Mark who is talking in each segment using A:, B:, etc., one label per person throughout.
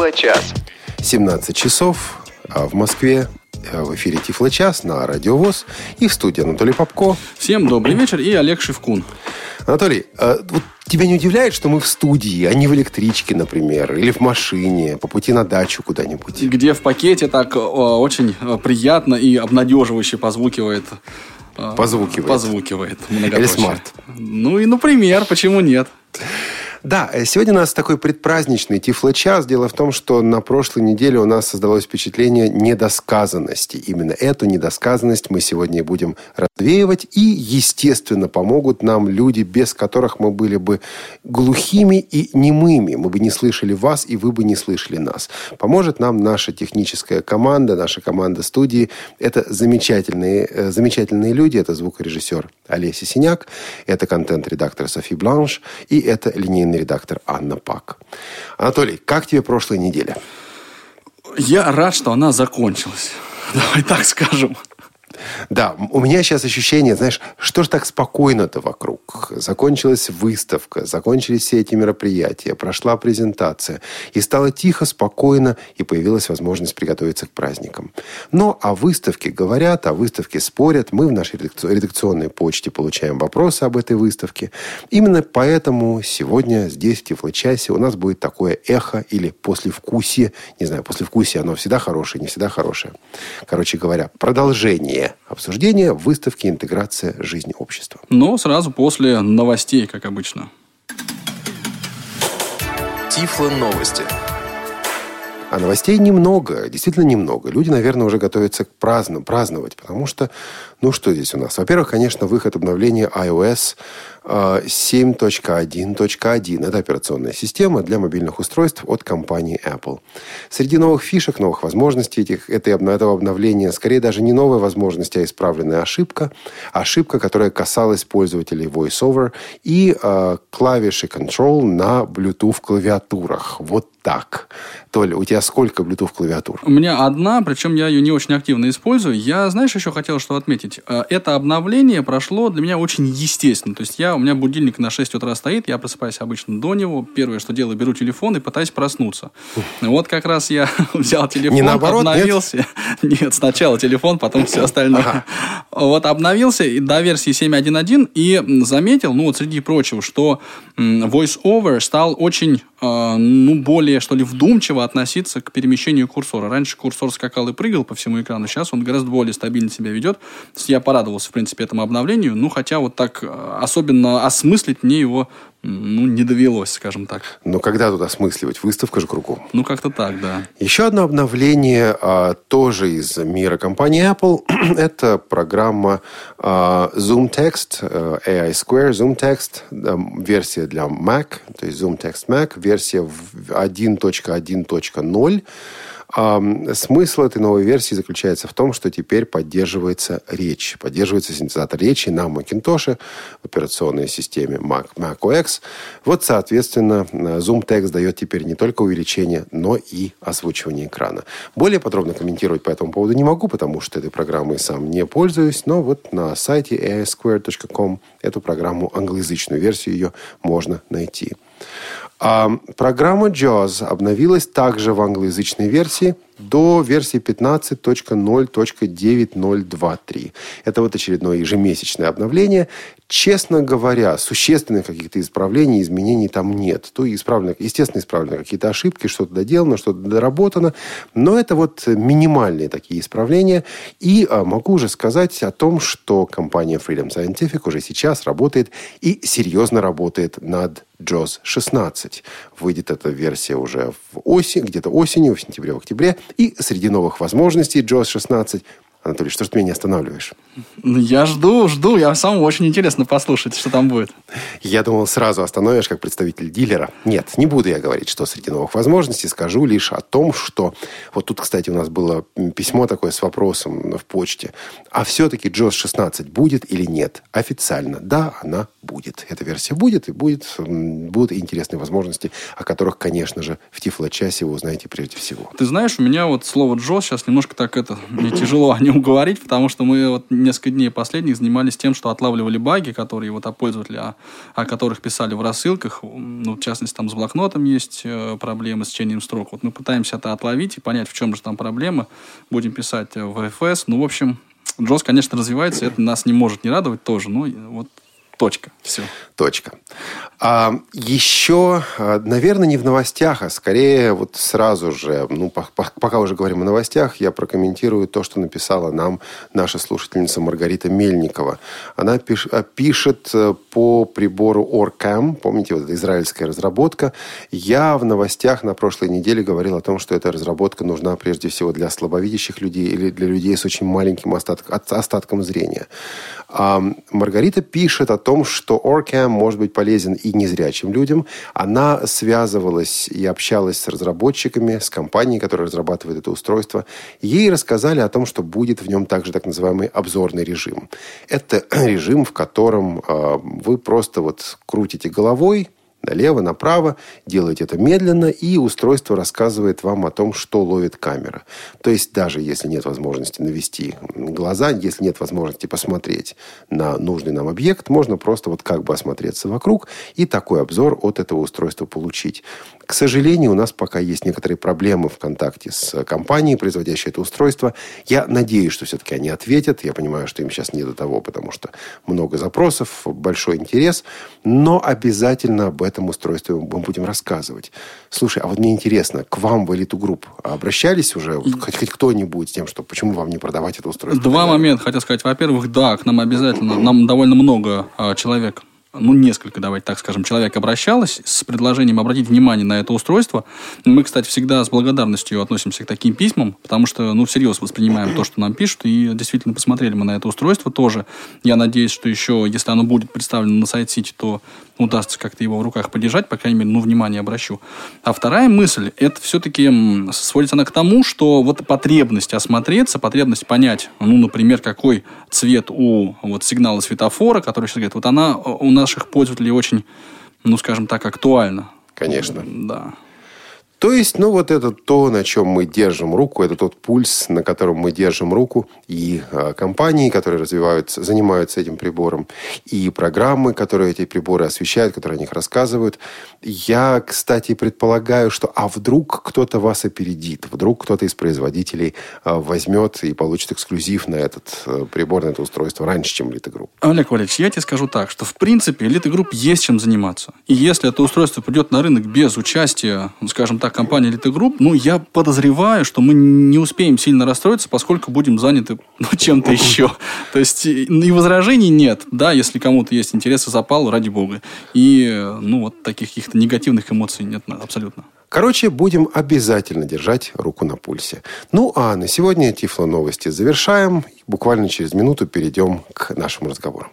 A: Тифло-час.
B: 17 часов в Москве. В эфире Тифло-час на Радио ВОС. И в студии Анатолий Попко.
C: Всем добрый вечер. И Олег Шевкун.
B: Анатолий, вот тебя не удивляет, что мы в студии, а не в электричке, например, или в машине, по пути на дачу куда-нибудь?
C: Где в пакете так очень приятно и обнадеживающе позвукивает. Позвукивает.
B: Или смарт.
C: Ну и, например, почему нет?
B: Да, сегодня у нас такой предпраздничный Тифло-час. Дело в том, что на прошлой неделе у нас создалось впечатление недосказанности. Именно эту недосказанность мы сегодня и будем развеивать. И, естественно, помогут нам люди, без которых мы были бы глухими и немыми. Мы бы не слышали вас, и вы бы не слышали нас. Поможет нам наша техническая команда, наша команда студии. Это замечательные люди. Это звукорежиссер Олеся Синяк, это контент-редактор Софи Бланш и это линейный редактор Анна Пак. Анатолий, как тебе прошлая неделя?
C: Я рад, что она закончилась. Давай так скажем.
B: Да, у меня сейчас ощущение, знаешь, что ж так спокойно-то вокруг? Закончилась выставка, закончились все эти мероприятия, прошла презентация, и стало тихо, спокойно, и появилась возможность приготовиться к праздникам. Но о выставке говорят, о выставке спорят. Мы в нашей редакционной почте получаем вопросы об этой выставке. Именно поэтому сегодня здесь, в Тифло-часе, у нас будет такое эхо или послевкусие. Не знаю, послевкусие, оно всегда хорошее, не всегда хорошее. Короче говоря, продолжение обсуждения выставки «Интеграция жизни общества».
C: Но сразу после новостей, как обычно.
A: Тифло-новости.
B: А новостей немного, действительно немного. Люди, наверное, уже готовятся к праздновать, потому что, ну что здесь у нас? Во-первых, конечно, выход обновления iOS 7.1.1. Это операционная система для мобильных устройств от компании Apple. Среди новых фишек, новых возможностей этого обновления, скорее даже не новая возможность, а исправленная ошибка. Ошибка, которая касалась пользователей VoiceOver и клавиши Control на Bluetooth-клавиатурах. Вот так. Толя, у тебя сколько Bluetooth-клавиатур?
C: У меня одна, причем я ее не очень активно использую. Я, знаешь, еще хотел что отметить. Это обновление прошло для меня очень естественно. То есть у меня будильник на 6 утра стоит, я просыпаюсь обычно до него. Первое, что делаю, беру телефон и пытаюсь проснуться. Вот как раз я взял телефон,
B: не наоборот,
C: обновился. Нет, сначала телефон, потом все остальное.
B: Ага.
C: Вот обновился до версии 7.1.1 и заметил, среди прочего, что VoiceOver стал очень, более, что ли, вдумчиво относиться к перемещению курсора. Раньше курсор скакал и прыгал по всему экрану, сейчас он гораздо более стабильно себя ведет. То есть я порадовался, в принципе, этому обновлению, хотя вот так особенно осмыслить мне его не довелось, скажем так.
B: Но когда тут осмысливать? Выставка же кругом.
C: Как-то так, да.
B: Еще одно обновление тоже из мира компании Apple. Это программа ZoomText, AI Square ZoomText, версия для Mac, то есть ZoomText Mac, версия 1.1.0. Смысл этой новой версии заключается в том, что теперь поддерживается речь. Поддерживается синтезатор речи на Macintosh в операционной системе Mac OS. Вот, соответственно, ZoomText дает теперь не только увеличение, но и озвучивание экрана. Более подробно комментировать по этому поводу не могу, потому что этой программой сам не пользуюсь, но вот на сайте aisquare.com эту программу, англоязычную версию ее можно найти. Программа JAWS обновилась также в англоязычной версии до версии 15.0.9.023. Это вот очередное ежемесячное обновление. Честно говоря, существенных каких-то исправлений, изменений там нет. Естественно, исправлены какие-то ошибки, что-то доделано, что-то доработано. Но это вот минимальные такие исправления. И могу уже сказать о том, что компания Freedom Scientific уже сейчас работает и серьезно работает над JAWS 16. Выйдет эта версия уже где-то осенью, в сентябре, в октябре. И среди новых возможностей JAWS 16 Анатолий, что ж ты меня не останавливаешь?
C: Я жду. Я самому очень интересно послушать, что там будет.
B: Я думал, сразу остановишь, как представитель дилера. Нет, не буду я говорить, что среди новых возможностей. Скажу лишь о том, что... Вот тут, кстати, у нас было письмо такое с вопросом в почте. А все-таки JAWS 16 будет или нет? Официально. Да, она будет. Эта версия будет, и будут интересные возможности, о которых, конечно же, в Тифло-часе вы узнаете прежде всего.
C: Ты знаешь, у меня вот слово JAWS сейчас немножко так мне тяжело о нем нем говорить, потому что мы вот несколько дней последних занимались тем, что отлавливали баги, которые вот пользователи, о которых писали в рассылках. Ну, в частности, там с блокнотом есть проблемы с чтением строк. Вот мы пытаемся это отловить и понять, в чем же там проблема. Будем писать в FS. Ну, в общем, JAWS, конечно, развивается, это нас не может не радовать тоже. Ну, вот точка. Все.
B: Точка. Еще, наверное, не в новостях, а скорее вот сразу же, пока уже говорим о новостях, я прокомментирую то, что написала нам наша слушательница Маргарита Мельникова. Она пишет по прибору OrCam, помните, вот эта израильская разработка. Я в новостях на прошлой неделе говорил о том, что эта разработка нужна прежде всего для слабовидящих людей или для людей с очень маленьким остатком зрения. Маргарита пишет о том, что OrCam может быть полезен и незрячим людям. Она связывалась и общалась с разработчиками, с компанией, которая разрабатывает это устройство. Ей рассказали о том, что будет в нем также так называемый обзорный режим. Это режим, в котором вы просто вот крутите головой, налево, направо, делаете это медленно, и устройство рассказывает вам о том, что ловит камера. То есть, даже если нет возможности навести глаза, если нет возможности посмотреть на нужный нам объект, можно просто вот как бы осмотреться вокруг и такой обзор от этого устройства получить. К сожалению, у нас пока есть некоторые проблемы в контакте с компанией, производящей это устройство. Я надеюсь, что все-таки они ответят. Я понимаю, что им сейчас не до того, потому что много запросов, большой интерес. Но обязательно об этом устройстве мы будем рассказывать. Слушай, а вот мне интересно, к вам в Elite Group обращались уже хоть кто-нибудь с тем, что почему вам не продавать это устройство?
C: Два момента хотел сказать. Во-первых, да, к нам обязательно, нам довольно много человек, несколько, давайте так скажем, человек обращалось с предложением обратить внимание на это устройство. Мы, кстати, всегда с благодарностью относимся к таким письмам, потому что, всерьез воспринимаем то, что нам пишут, и действительно посмотрели мы на это устройство тоже. Я надеюсь, что еще, если оно будет представлено на Сайт-Сити, то удастся как-то его в руках подержать, по крайней мере, внимание обращу. А вторая мысль, это все-таки сводится она к тому, что вот потребность осмотреться, потребность понять, например, какой цвет у сигнала светофора, который сейчас говорит, вот она у наших пользователей очень, скажем так, актуальна.
B: Конечно.
C: Да.
B: То есть, это то, на чем мы держим руку, это тот пульс, на котором мы держим руку, и компании, которые занимаются этим прибором, и программы, которые эти приборы освещают, которые о них рассказывают. Я, кстати, предполагаю, что вдруг кто-то вас опередит, вдруг кто-то из производителей возьмет и получит эксклюзив на этот прибор, на это устройство раньше, чем Elite Group.
C: Олег Валерьевич, я тебе скажу так, что, в принципе, Elite Group есть чем заниматься. И если это устройство придет на рынок без участия, скажем так, компании Elite Group, я подозреваю, что мы не успеем сильно расстроиться, поскольку будем заняты чем-то еще. То есть, и возражений нет, да, если кому-то есть интерес и запал, ради бога. И, таких каких-то негативных эмоций нет абсолютно.
B: Короче, будем обязательно держать руку на пульсе. А на сегодня Тифло новости завершаем. Буквально через минуту перейдем к нашему разговору.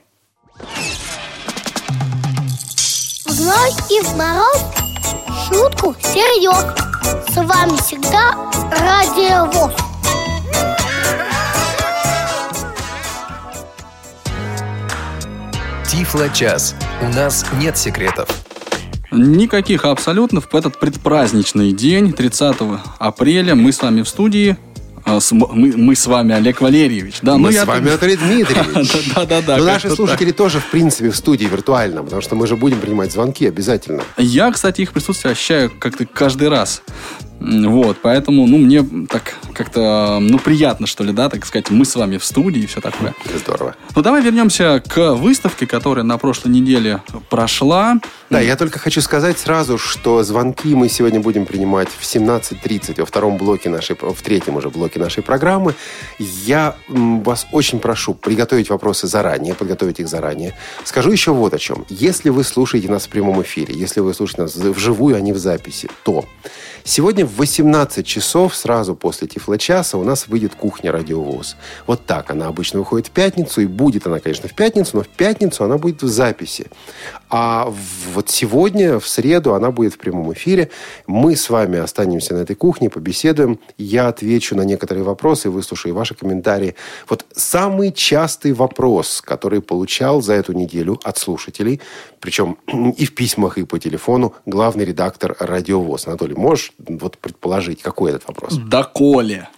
D: В зной и в мороз шутку серьез. С вами всегда Радио ВОС.
A: Тифло-час. У нас нет секретов.
C: Никаких абсолютно. В этот предпраздничный день, 30 апреля, мы с вами в студии. Мы с вами, Олег Валерьевич. Да,
B: мы с вами, Анатолий Дмитриевич.
C: Да.
B: Но наши слушатели тоже, в принципе, в студии виртуально, потому что мы же будем принимать звонки обязательно.
C: Я, кстати, их присутствие ощущаю как-то каждый раз. Поэтому, мне так как-то, приятно, что ли, да, так сказать, мы с вами в студии и все такое.
B: Здорово.
C: Давай вернемся к выставке, которая на прошлой неделе прошла.
B: Да, я только хочу сказать сразу, что звонки мы сегодня будем принимать в 17:30 в третьем уже блоке нашей программы. Я вас очень прошу приготовить вопросы заранее, подготовить их заранее. Скажу еще вот о чем. Если вы слушаете нас в прямом эфире, если вы слушаете нас вживую, а не в записи, то сегодня в 18 часов, сразу после Тифло-часа, у нас выйдет кухня Радио ВОС. Вот так она обычно выходит в пятницу, и будет она, конечно, в пятницу, но в пятницу она будет в записи. А вот сегодня, в среду, она будет в прямом эфире. Мы с вами останемся на этой кухне, побеседуем. Я отвечу на некоторые вопросы, выслушаю ваши комментарии. Вот самый частый вопрос, который получал за эту неделю от слушателей, причем и в письмах, и по телефону, главный редактор Радио ВОС. Анатолий, можешь предположить, какой этот вопрос?
C: Доколе?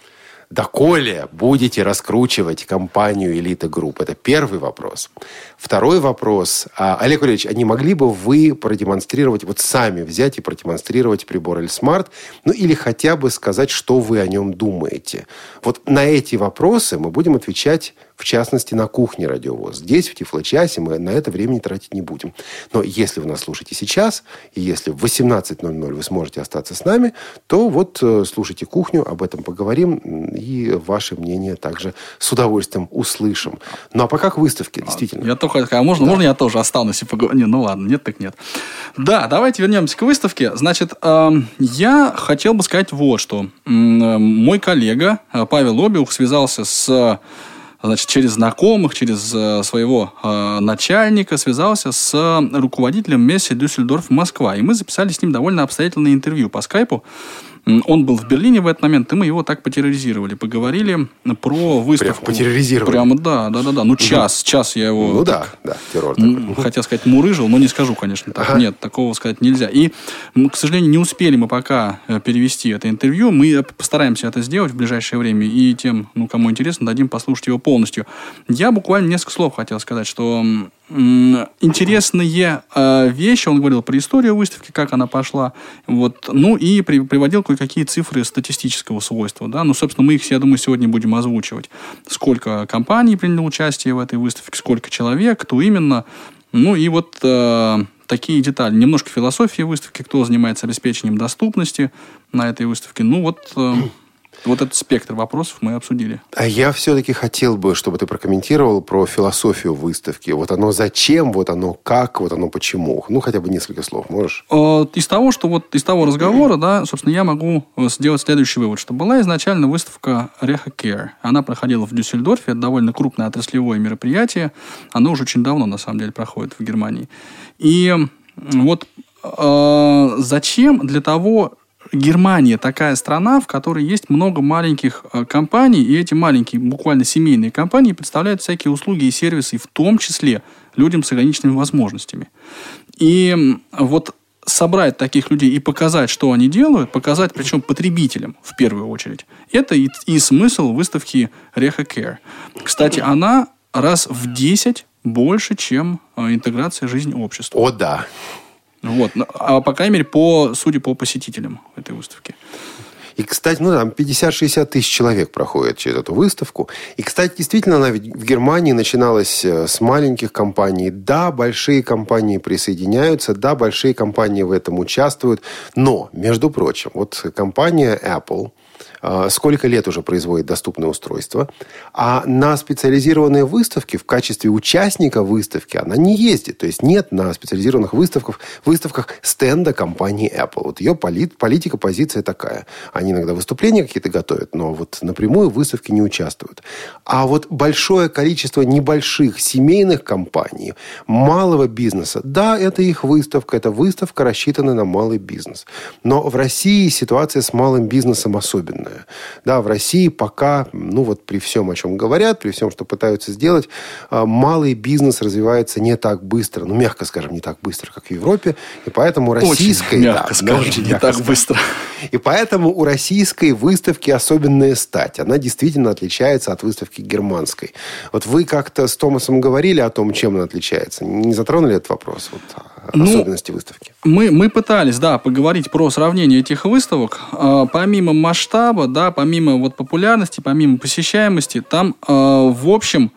B: Доколе будете раскручивать компанию «Элита Групп»? Это первый вопрос. Второй вопрос. Олег Валерьевич, а не могли бы вы продемонстрировать, вот сами взять и продемонстрировать прибор Эльсмарт, ну или хотя бы сказать, что вы о нем думаете? Вот на эти вопросы мы будем отвечать, в частности, на кухне Радио ВОС. Здесь, в Тифлочасе, мы на это времени тратить не будем. Но если вы нас слушаете сейчас, и если в 18:00 вы сможете остаться с нами, то вот слушайте кухню, об этом поговорим, и ваше мнение также с удовольствием услышим. Ну, а пока к выставке, действительно.
C: Я только хотел, можно я тоже останусь и поговорю? Не, ну ладно, нет так нет. Да, давайте вернемся к выставке. Значит, я хотел бы сказать вот что. Мой коллега Павел Обиух связался через знакомых, через своего начальника, связался с руководителем Мессе Дюссельдорф Москва. И мы записали с ним довольно обстоятельное интервью по скайпу. Он был в Берлине в этот момент, и мы его так потерроризировали. Поговорили про выставку.
B: Прямо потерроризировали?
C: Прямо, да. Ну, час я его...
B: Ну, да, террор такой.
C: Хотел сказать, мурыжил, но не скажу, конечно. Так. Ага. Нет, такого сказать нельзя. И, к сожалению, не успели мы пока перевести это интервью. Мы постараемся это сделать в ближайшее время, и тем, кому интересно, дадим послушать его полностью. Я буквально несколько слов хотел сказать, что... интересные вещи. Он говорил про историю выставки, как она пошла. Вот. Ну, и приводил кое-какие цифры статистического свойства. Да? Ну, собственно, мы их, я думаю, сегодня будем озвучивать. Сколько компаний приняло участие в этой выставке, сколько человек, кто именно. Ну, и вот такие детали. Немножко философии выставки, кто занимается обеспечением доступности на этой выставке. Ну, вот этот спектр вопросов мы обсудили. А
B: я все-таки хотел бы, чтобы ты прокомментировал про философию выставки. Вот оно зачем, вот оно как, вот оно почему. Ну, хотя бы несколько слов можешь?
C: Из того разговора, да, собственно, я могу сделать следующий вывод, что была изначально выставка Reha Care. Она проходила в Дюссельдорфе. Это довольно крупное отраслевое мероприятие. Оно уже очень давно, на самом деле, проходит в Германии. И вот зачем? Для того... Германия такая страна, в которой есть много маленьких компаний, и эти маленькие, буквально семейные компании представляют всякие услуги и сервисы, в том числе людям с ограниченными возможностями. И вот собрать таких людей и показать, что они делают, показать, причем потребителям в первую очередь, это и смысл выставки Reha Care. Кстати, она раз в 10 больше, чем интеграция жизни общества.
B: О, да.
C: Вот, по крайней мере, судя по посетителям этой выставки.
B: И, кстати, там 50-60 тысяч человек проходят через эту выставку. И, кстати, действительно, она ведь в Германии начиналась с маленьких компаний. Да, большие компании присоединяются, да, большие компании в этом участвуют. Но, между прочим, вот компания Apple сколько лет уже производит доступное устройство, а на специализированные выставки в качестве участника выставки она не ездит. То есть нет на специализированных выставках стенда компании Apple. Вот ее политика, позиция такая. Они иногда выступления какие-то готовят, но вот напрямую в выставке не участвуют. А вот большое количество небольших семейных компаний, малого бизнеса, да, это их выставка, это выставка, рассчитанная на малый бизнес. Но в России ситуация с малым бизнесом особенная. Да, в России пока, при всем, о чем говорят, при всем, что пытаются сделать, малый бизнес развивается не так быстро, мягко скажем, не так быстро, как в Европе, и поэтому российской...
C: Очень мягко скажем, не так быстро.
B: И поэтому у российской выставки особенная стать. Она действительно отличается от выставки германской. Вот вы как-то с Томасом говорили о том, чем она отличается. Не затронули этот вопрос? Особенности выставки.
C: Мы пытались, поговорить про сравнение этих выставок. Помимо масштаба, помимо популярности, помимо посещаемости, там, в общем,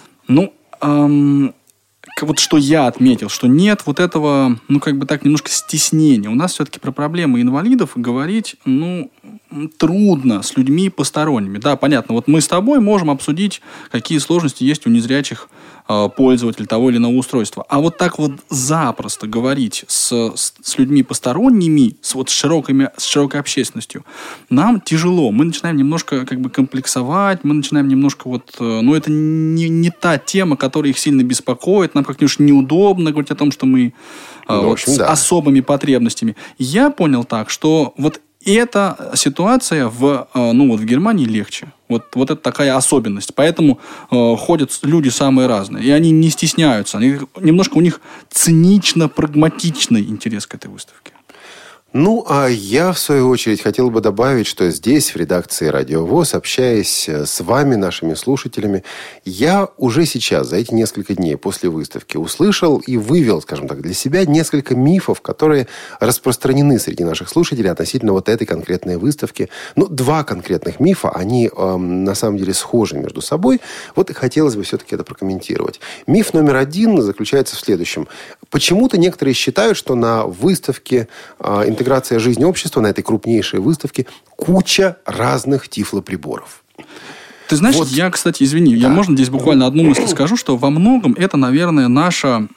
C: вот что я отметил, что нет вот этого, немножко стеснения. У нас все-таки про проблемы инвалидов говорить, трудно с людьми посторонними. Да, понятно, вот мы с тобой можем обсудить, какие сложности есть у незрячих пользователей того или иного устройства. А вот так вот запросто говорить с людьми посторонними, с широкой общественностью, нам тяжело. Мы начинаем немножко комплексовать, мы начинаем немножко это не та тема, которая их сильно беспокоит, нам как-нибудь неудобно говорить о том, что мы с особыми потребностями. Я понял так, что вот эта ситуация в Германии легче. Вот это такая особенность. Поэтому ходят люди самые разные. И они не стесняются. Немножко у них цинично-прагматичный интерес к этой выставке.
B: Ну, а я, в свою очередь, хотел бы добавить, что здесь, в редакции «Радио ВОС», общаясь с вами, нашими слушателями, я уже сейчас, за эти несколько дней после выставки, услышал и вывел, скажем так, для себя несколько мифов, которые распространены среди наших слушателей относительно вот этой конкретной выставки. Ну, два конкретных мифа, они на самом деле схожи между собой. Вот и хотелось бы все-таки это прокомментировать. Миф номер один заключается в следующем. Почему-то некоторые считают, что на выставке «Интеграция жизни общества», на этой крупнейшей выставке, куча разных тифлоприборов.
C: Ты знаешь, вот. Я, кстати, извини, да. Я, можно здесь буквально одну мысль скажу, что во многом это, наверное, наша,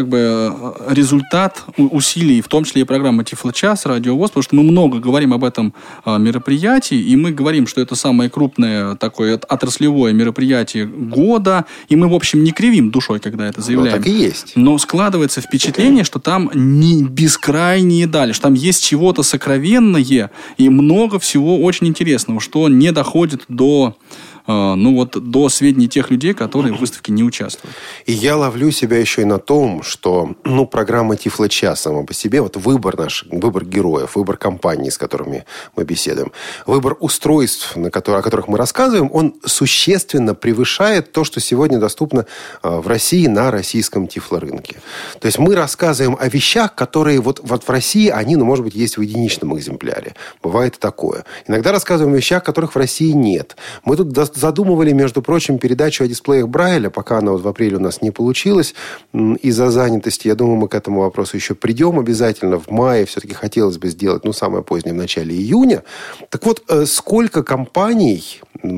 C: результат усилий, в том числе и программы «Тифлочас», «Радио ВОС», потому что мы много говорим об этом мероприятии, и мы говорим, что это самое крупное такое отраслевое мероприятие года, и мы, в общем, не кривим душой, когда это заявляем.
B: Ну, так и есть.
C: Но складывается впечатление, что там не бескрайние дали, что там есть чего-то сокровенное и много всего очень интересного, что не доходит до сведений тех людей, которые в выставке не участвуют.
B: И я ловлю себя еще и на том, что программа «Тифлочас» сама по себе, вот выбор героев, выбор компаний, с которыми мы беседуем, выбор устройств, о которых мы рассказываем, он существенно превышает то, что сегодня доступно в России на российском тифлорынке. То есть мы рассказываем о вещах, которые вот в России, они, может быть, есть в единичном экземпляре. Бывает и такое. Иногда рассказываем о вещах, которых в России нет. Мы тут задумывали, между прочим, передачу о дисплеях Брайля, пока она в апреле у нас не получилась из-за занятости. Я думаю, мы к этому вопросу еще придем обязательно. В мае все-таки хотелось бы сделать, самое позднее, в начале июня. Так вот, сколько компаний,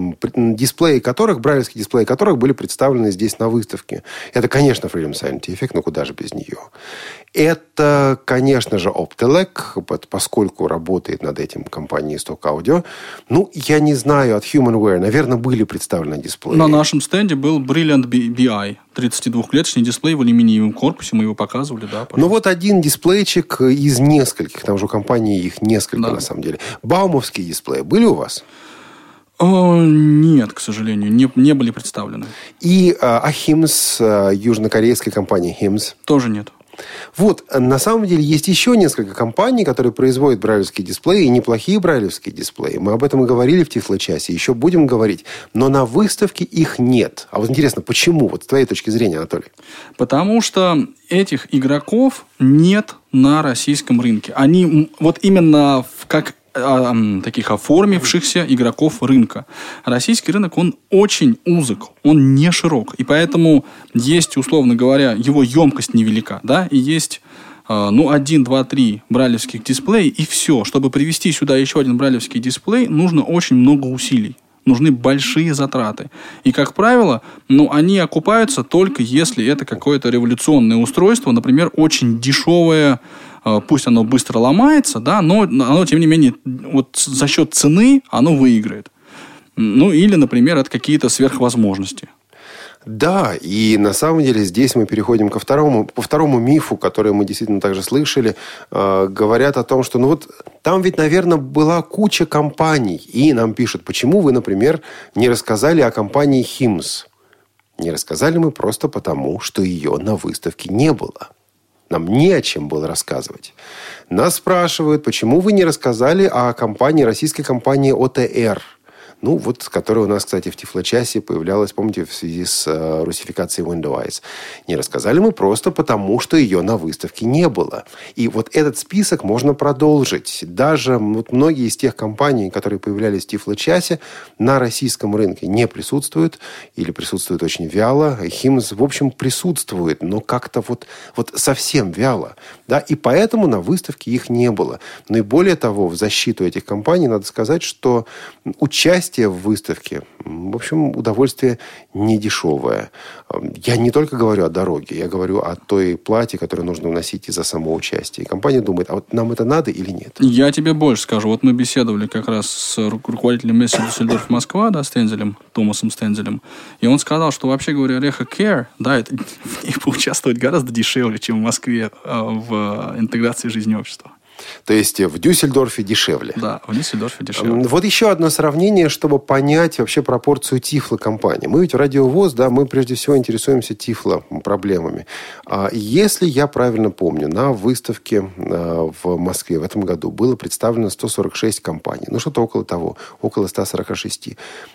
B: брайлевские дисплеи которых были представлены здесь на выставке? Это, конечно, Freedom Scientific, но куда же без нее? Это, конечно же, Optelec, поскольку работает над этим компания Stock Audio. Я не знаю, от HumanWare, наверное, были представлены дисплеи.
C: На нашем стенде был Brilliant BI, 32-клеточный дисплей в алюминиевом корпусе, мы его показывали, да.
B: Вот один дисплейчик из нескольких, там же у компании их несколько, да. На самом деле. Баумовские дисплеи были у вас?
C: Нет, к сожалению, не были представлены.
B: И HIMS, южнокорейской компании HIMS?
C: Тоже нет.
B: Вот, на самом деле, есть еще несколько компаний, которые производят брайлевские дисплеи, и неплохие брайлевские дисплеи. Мы об этом и говорили в Тифлочасе, еще будем говорить. Но на выставке их нет. А вот интересно, почему? Вот с твоей точки зрения, Анатолий.
C: Потому что этих игроков нет на российском рынке. Они вот именно как таких оформившихся игроков рынка. Российский рынок, он очень узок, он не широк. И поэтому есть, условно говоря, его емкость невелика, да, и есть 1, 2, 3 брайлевских дисплея, и все. Чтобы привести сюда еще один брайлевский дисплей, нужно очень много усилий. Нужны большие затраты. И, как правило, они окупаются только если это какое-то революционное устройство, например, очень дешевое, пусть оно быстро ломается, да, но оно, тем не менее, вот за счет цены оно выиграет. Или, например, это какие-то сверхвозможности.
B: Да, и на самом деле здесь мы переходим по второму мифу, который мы действительно также слышали. Говорят о том, что там ведь, наверное, была куча компаний. И нам пишут, почему вы, например, не рассказали о компании HIMS. Не рассказали мы просто потому, что ее на выставке не было. Нам не о чем было рассказывать. Нас спрашивают, почему вы не рассказали о российской компании ОТР. Которая у нас, кстати, в Тифлочасе появлялась, помните, в связи с русификацией Windows. Не рассказали мы просто потому, что ее на выставке не было. И вот этот список можно продолжить. Даже многие из тех компаний, которые появлялись в Тифлочасе, на российском рынке не присутствуют или присутствуют очень вяло. HIMS, в общем, присутствует, но как-то совсем вяло. Да? И поэтому на выставке их не было. Но и более того, в защиту этих компаний надо сказать, что участие в выставке, в общем, удовольствие недешевое. Я не только говорю о дороге, я говорю о той плате, которую нужно вносить из-за самого участия. И компания думает, а нам это надо или нет?
C: Я тебе больше скажу. Мы беседовали как раз с руководителем места Дюссельдорф Москва, да, Стензелем, Томасом Стензелем, и он сказал, что, вообще говоря, Reha Care, да, в ней поучаствовать гораздо дешевле, чем в Москве в интеграции жизни общества.
B: То есть в Дюссельдорфе дешевле.
C: Да, в Дюссельдорфе дешевле.
B: Вот еще одно сравнение, чтобы понять вообще пропорцию тифлокомпании. Мы ведь в Радио ВОС, да, мы прежде всего интересуемся тифлопроблемами. Если я правильно помню, на выставке в Москве в этом году было представлено 146 компаний. Ну, что-то около того, около 146.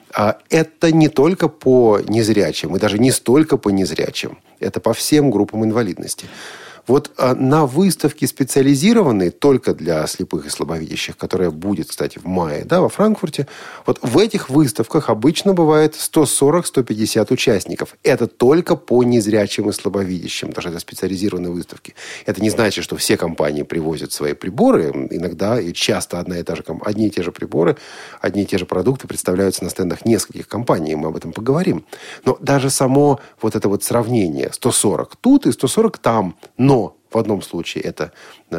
B: Это не только по незрячим, и даже не столько по незрячим. Это по всем группам инвалидности. Вот на выставке специализированной только для слепых и слабовидящих, которая будет, кстати, в мае, да, во Франкфурте, вот в этих выставках обычно бывает 140-150 участников. Это только по незрячим и слабовидящим, потому что это специализированные выставки. Это не значит, что все компании привозят свои приборы. Иногда и часто одни и те же приборы, одни и те же продукты представляются на стендах нескольких компаний, и мы об этом поговорим. Но даже само вот это вот сравнение 140 тут и 140 там, но в одном случае это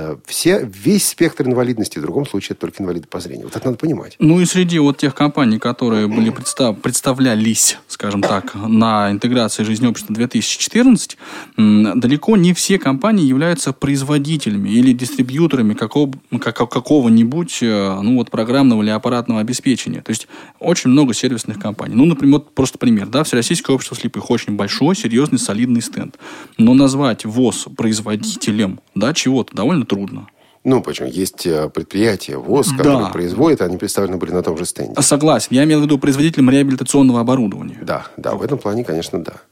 B: весь спектр инвалидности, в другом случае это только инвалиды по зрению. Вот это надо понимать.
C: Ну и среди вот тех компаний, которые были представлялись, скажем так, на интеграции жизни общества 2014, далеко не все компании являются производителями или дистрибьюторами какого-нибудь программного или аппаратного обеспечения. То есть очень много сервисных компаний. Ну, например, вот просто пример. Да, Всероссийское общество слепых очень большой, серьезный, солидный стенд. Но назвать ВОС производителем, да, чего-то довольно трудно.
B: Ну, почему? Есть предприятия ВОС, которые производят, они представлены были на том же стенде.
C: Согласен. Я имел в виду производителем реабилитационного оборудования.
B: Да, в этом плане, конечно, да.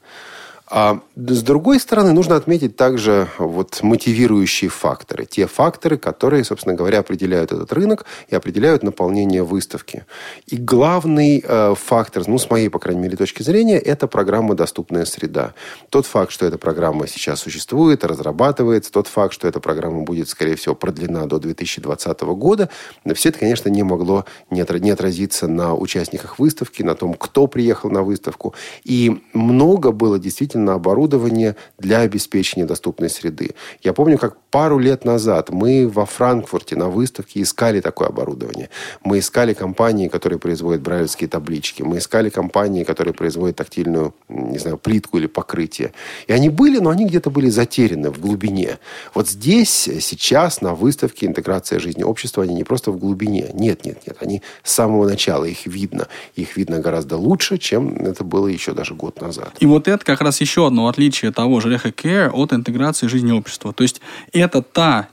B: А с другой стороны, нужно отметить также вот мотивирующие факторы. Те факторы, которые, собственно говоря, определяют этот рынок и определяют наполнение выставки. И главный фактор, с моей, по крайней мере, точки зрения, это программа «Доступная среда». Тот факт, что эта программа сейчас существует, разрабатывается, тот факт, что эта программа будет, скорее всего, продлена до 2020 года, все это, конечно, не могло не отразиться на участниках выставки, на том, кто приехал на выставку. И много было действительно на оборудование для обеспечения доступной среды. Я помню, как пару лет назад мы во Франкфурте на выставке искали такое оборудование. Мы искали компании, которые производят брайлевские таблички. Мы искали компании, которые производят тактильную, плитку или покрытие. И они были, но они где-то были затеряны в глубине. Вот здесь, сейчас, на выставке «Интеграция жизни общества», они не просто в глубине. Нет. Они с самого начала, их видно. Их видно гораздо лучше, чем это было еще даже год назад.
C: И вот это как раз еще одно отличие того же Reha Care от интеграции жизни общества. То есть это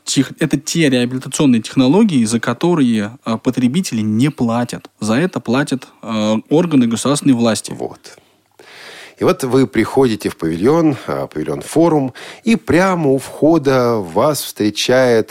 C: те реабилитационные технологии, за которые потребители не платят. За это платят органы государственной власти.
B: Вот. И вот вы приходите в павильон «Форум», и прямо у входа вас встречают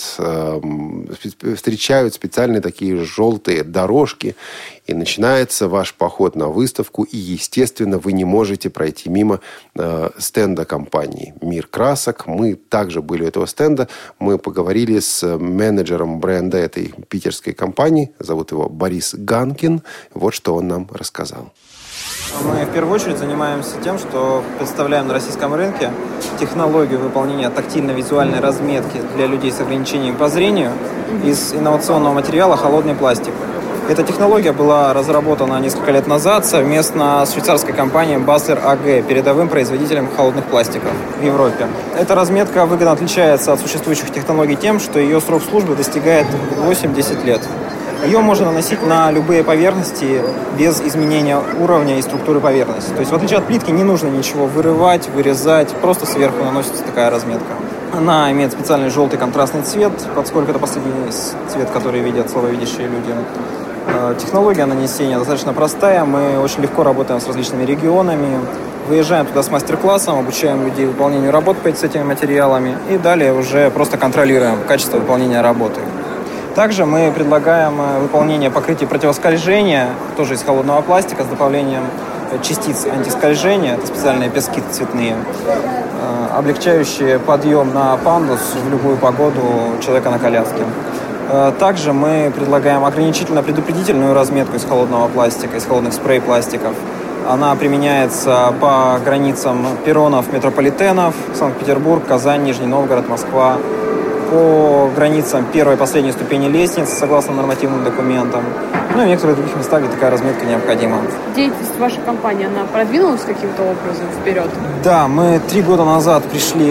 B: специальные такие желтые дорожки, и начинается ваш поход на выставку, и, естественно, вы не можете пройти мимо стенда компании «Мир красок». Мы также были у этого стенда, мы поговорили с менеджером бренда этой питерской компании, зовут его Борис Ганкин, вот что он нам рассказал.
E: Мы в первую очередь занимаемся тем, что представляем на российском рынке технологию выполнения тактильно-визуальной разметки для людей с ограничением по зрению из инновационного материала холодный пластик. Эта технология была разработана несколько лет назад совместно с швейцарской компанией Basler AG, передовым производителем холодных пластиков в Европе. Эта разметка выгодно отличается от существующих технологий тем, что ее срок службы достигает 8-10 лет. Ее можно наносить на любые поверхности без изменения уровня и структуры поверхности. То есть, в отличие от плитки, не нужно ничего вырывать, вырезать, просто сверху наносится такая разметка. Она имеет специальный желтый контрастный цвет, поскольку это последний цвет, который видят слабовидящие люди. Технология нанесения достаточно простая, мы очень легко работаем с различными регионами, выезжаем туда с мастер-классом, обучаем людей выполнению работ с этими материалами и далее уже просто контролируем качество выполнения работы. Также мы предлагаем выполнение покрытия противоскольжения, тоже из холодного пластика, с добавлением частиц антискольжения, это специальные пески цветные, облегчающие подъем на пандус в любую погоду человека на коляске. Также мы предлагаем ограничительно-предупредительную разметку из холодного пластика, из холодных спрей-пластиков. Она применяется по границам перронов метрополитенов: Санкт-Петербург, Казань, Нижний Новгород, Москва, по границам первой и последней ступени лестницы, согласно нормативным документам. Ну и в некоторых других местах, где такая разметка необходима.
F: Деятельность вашей компании, она продвинулась каким-то образом вперед?
E: Да, мы 3 года назад пришли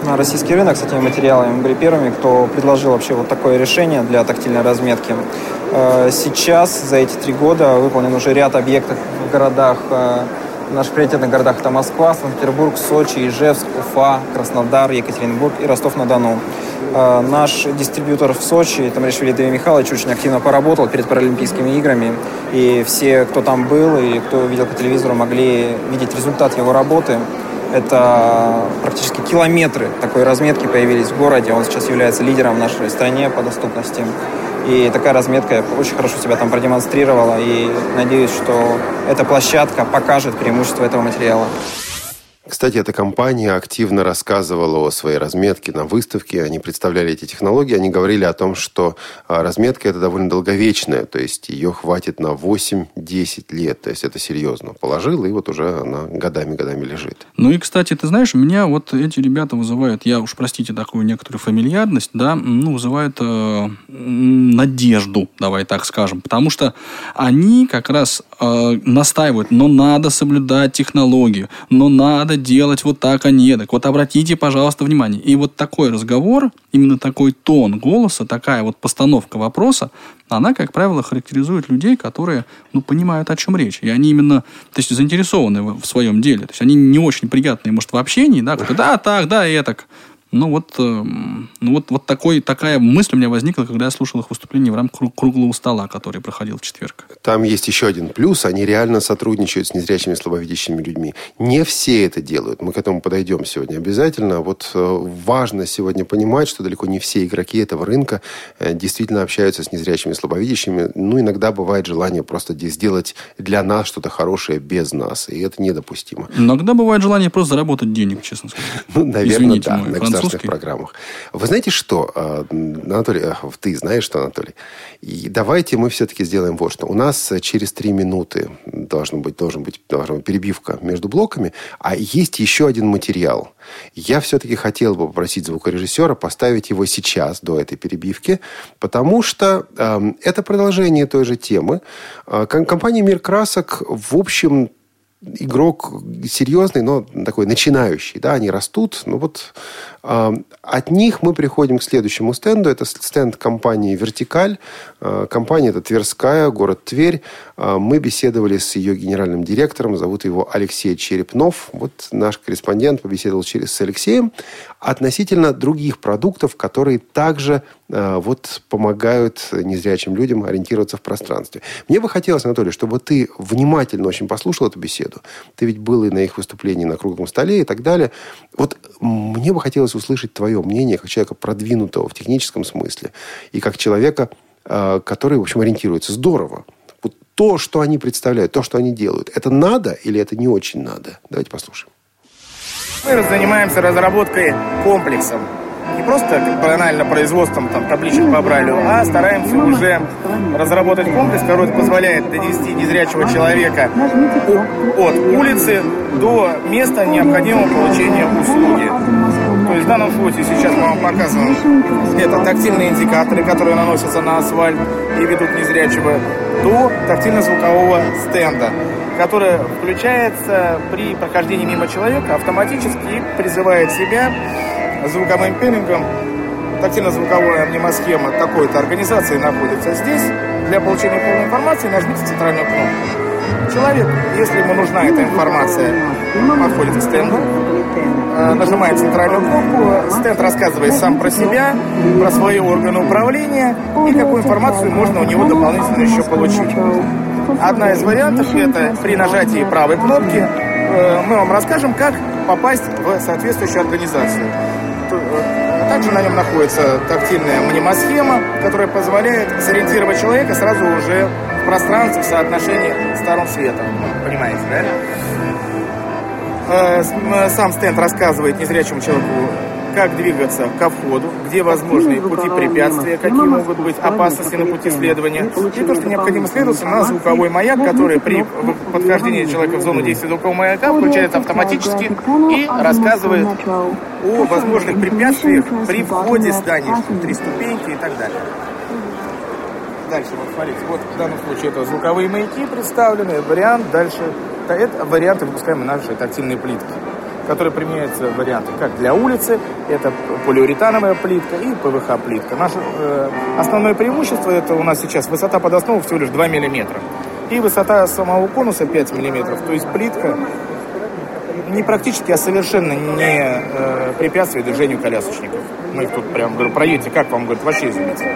E: на российский рынок с этими материалами. Мы были первыми, кто предложил вообще вот такое решение для тактильной разметки. Сейчас за эти 3 года выполнен уже ряд объектов в городах, в наших приоритетных городах. Это Москва, Санкт-Петербург, Сочи, Ижевск, Уфа, Краснодар, Екатеринбург и Ростов-на-Дону. Наш дистрибьютор в Сочи, Тамаришвили Дмитрий Михайлович, очень активно поработал перед Паралимпийскими играми. И все, кто там был и кто видел по телевизору, могли видеть результат его работы. Это практически километры такой разметки появились в городе. Он сейчас является лидером в нашей стране по доступности. И такая разметка очень хорошо себя там продемонстрировала. И надеюсь, что эта площадка покажет преимущество этого материала.
B: Кстати, эта компания активно рассказывала о своей разметке на выставке. Они представляли эти технологии. Они говорили о том, что разметка это довольно долговечная. То есть ее хватит на 8-10 лет. То есть это серьезно. Положил, и вот уже она годами-годами лежит.
C: Ну и, кстати, ты знаешь, меня вот эти ребята вызывают, я уж, простите, такую некоторую фамильярность, да, вызывают надежду, давай так скажем. Потому что они как раз настаивают, но надо соблюдать технологию, но надо делать вот так, а не так. Вот обратите, пожалуйста, внимание. И вот такой разговор, именно такой тон голоса, такая вот постановка вопроса, она, как правило, характеризует людей, которые, понимают, о чем речь. И они именно, то есть, заинтересованы в своем деле. То есть, они не очень приятные, может, в общении, да, кто-то, да, так, да, и так. Такая мысль у меня возникла, когда я слушал их выступление в рамках круглого стола, который проходил в четверг.
B: Там есть еще один плюс. Они реально сотрудничают с незрячими и слабовидящими людьми. Не все это делают. Мы к этому подойдем сегодня обязательно. Вот важно сегодня понимать, что далеко не все игроки этого рынка действительно общаются с незрячими и слабовидящими. Иногда бывает желание просто сделать для нас что-то хорошее без нас. И это недопустимо.
C: Иногда бывает желание просто заработать денег, честно сказать.
B: Наверное,
C: извините,
B: да.
C: мой
B: Государственных программах. Вы знаете что, Анатолий, ты знаешь что, Анатолий? И давайте мы все-таки сделаем вот что. У нас через 3 минуты должна быть перебивка между блоками, а есть еще один материал. Я все-таки хотел бы попросить звукорежиссера поставить его сейчас, до этой перебивки, потому что это продолжение той же темы. Компания «Мир красок», в общем, игрок серьезный, но такой начинающий. Да, они растут. От них мы приходим к следующему стенду. Это стенд компании «Вертикаль». Компания эта тверская, город Тверь. Мы беседовали с ее генеральным директором. Зовут его Алексей Черепнов. Вот наш корреспондент побеседовал с Алексеем относительно других продуктов, которые также помогают незрячим людям ориентироваться в пространстве. Мне бы хотелось, Анатолий, чтобы ты внимательно очень послушал эту беседу. Ты ведь был и на их выступлении на круглом столе и так далее. Вот мне бы хотелось услышать твое мнение как человека продвинутого в техническом смысле и как человека, который, в общем, ориентируется здорово. Вот то, что они представляют, то, что они делают, это надо или это не очень надо? Давайте послушаем.
F: Мы занимаемся разработкой комплексов. Не просто банально производством табличек по Брайлю, а стараемся уже разработать комплекс, который позволяет донести незрячего человека от улицы до места необходимого получения услуги. То есть в данном случае сейчас мы вам показываем это тактильные индикаторы, которые наносятся на асфальт и ведут незрячего, до тактильно-звукового стенда, который включается при прохождении мимо человека автоматически и призывает себя звуковым пилингом. Тактильно-звуковая мнемосхема такой-то организации находится здесь. Для получения полной информации нажмите центральную кнопку. Человек, если ему нужна эта информация, подходит к стенду, нажимает центральную кнопку, стенд рассказывает сам про себя, про свои органы управления и какую информацию можно у него дополнительно еще получить. Одна из вариантов – это при нажатии правой кнопки мы вам расскажем, как попасть в соответствующую организацию. Также на нем находится тактильная мнемосхема, которая позволяет сориентировать человека сразу уже в пространстве в соотношении сторон света. Понимаете, да? Сам стенд рассказывает незрячему человеку, как двигаться ко входу, где возможны пути препятствия, какие могут быть опасности на пути следования. И то, что необходимо следоваться на звуковой маяк, который при подхождении человека в зону действия звукового маяка включается автоматически и рассказывает о возможных препятствиях при входе в здание. 3 ступеньки и так далее. Дальше, смотрите, в данном случае это звуковые маяки представлены, вариант дальше. Это варианты, выпускаемые нашей тактильной плитки. которые применяются варианты как для улицы, это полиуретановая плитка и ПВХ-плитка. Наше основное преимущество, это у нас сейчас высота под основу всего лишь 2 мм. И высота самого конуса 5 мм. То есть плитка не практически, а совершенно не препятствует движению колясочников. Мы их тут прям, говорю, проедете, как вам, говорит, вообще изумительно.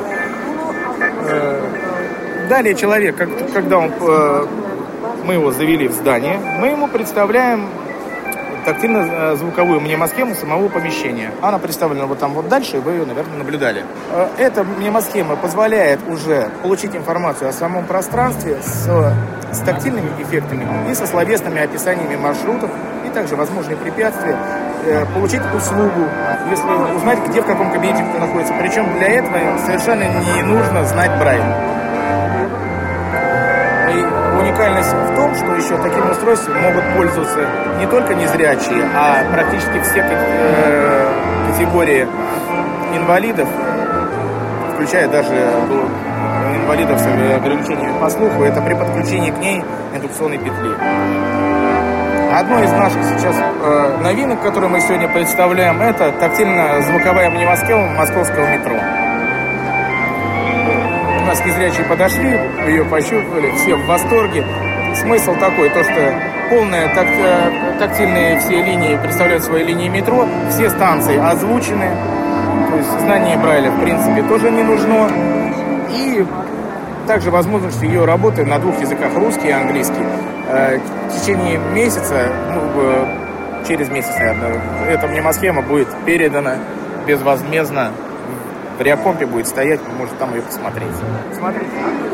F: Далее человек, когда мы его завели в здание, мы ему представляем тактильно-звуковую мнемосхему самого помещения. Она представлена вот там вот дальше, вы ее, наверное, наблюдали. Эта мнемосхема позволяет уже получить информацию о самом пространстве с тактильными эффектами и со словесными описаниями маршрутов и также возможные препятствия, получить услугу, если узнать, где, в каком кабинете кто находится. Причем для этого совершенно не нужно знать Брайль. Уникальность в том, что еще таким устройством могут пользоваться не только незрячие, а практически все категории инвалидов, включая даже инвалидов с ограничениями по слуху, это при подключении к ней индукционной петли. Одной из наших сейчас новинок, которые мы сегодня представляем, это тактильно-звуковая мнемосхема московского метро. У нас незрячие подошли, ее пощупали, все в восторге. Смысл такой, то что полные тактильные все линии представляют свои линии метро, все станции озвучены, то есть знание Брайля в принципе тоже не нужно. И также возможность ее работы на 2 языках, русский и английский. В течение месяца, через месяц, наверное, эта мнемосхема будет передана безвозмездно. В Реакомпе будет стоять, вы можете там ее посмотреть. Смотрите,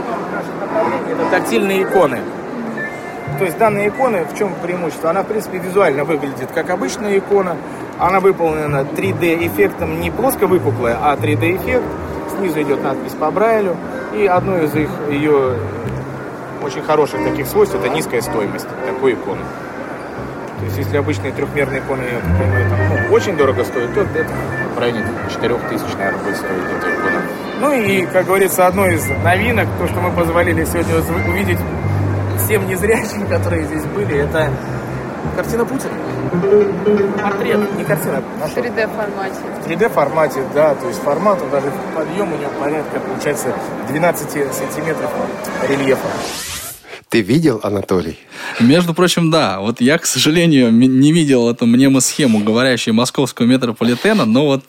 F: это тактильные иконы. То есть данные иконы, в чем преимущество? Она, в принципе, визуально выглядит как обычная икона. Она выполнена 3D-эффектом, не плоско выпуклая, а 3D-эффект. Снизу идет надпись по Брайлю. И одно из ее очень хороших таких свойств – это низкая стоимость такой иконы. То есть, если обычные трехмерные иконы, очень дорого стоят, то это в районе 4000, наверное, будет стоить эта икона. Ну и, как говорится, одной из новинок, то, что мы позволили сегодня увидеть всем незрячим, которые здесь были, это картина Путина. Портрет, не картина, а
G: в 3D-формате.
F: В 3D-формате, да, то есть формат, даже подъем у него порядка, получается, 12 сантиметров рельефа.
B: Ты видел, Анатолий?
C: Между прочим, да. Вот я, к сожалению, не видел эту мнемосхему, говорящую московского метрополитена, но вот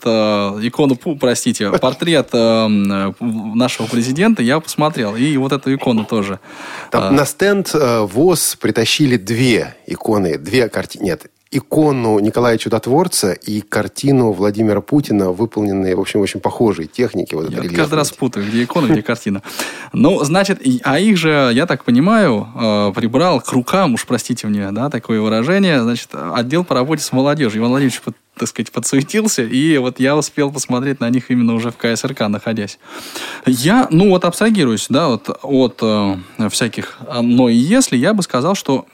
C: портрет нашего президента я посмотрел. И вот эту икону тоже.
B: Там на стенд ВОС притащили 2 иконы, 2 картины. Нет, икону Николая Чудотворца и картину Владимира Путина, выполненные, в общем, очень похожие техники. Вот
C: я каждый раз путаю, где икона, где картина. Ну, значит, а их же, я так понимаю, прибрал к рукам, уж простите мне, да, такое выражение, значит, отдел по работе с молодежью. Иван Владимирович, так сказать, подсуетился, и вот я успел посмотреть на них именно уже в КСРК, находясь. Я, абстрагируюсь, да, от всяких «но» и «если», я бы сказал, что,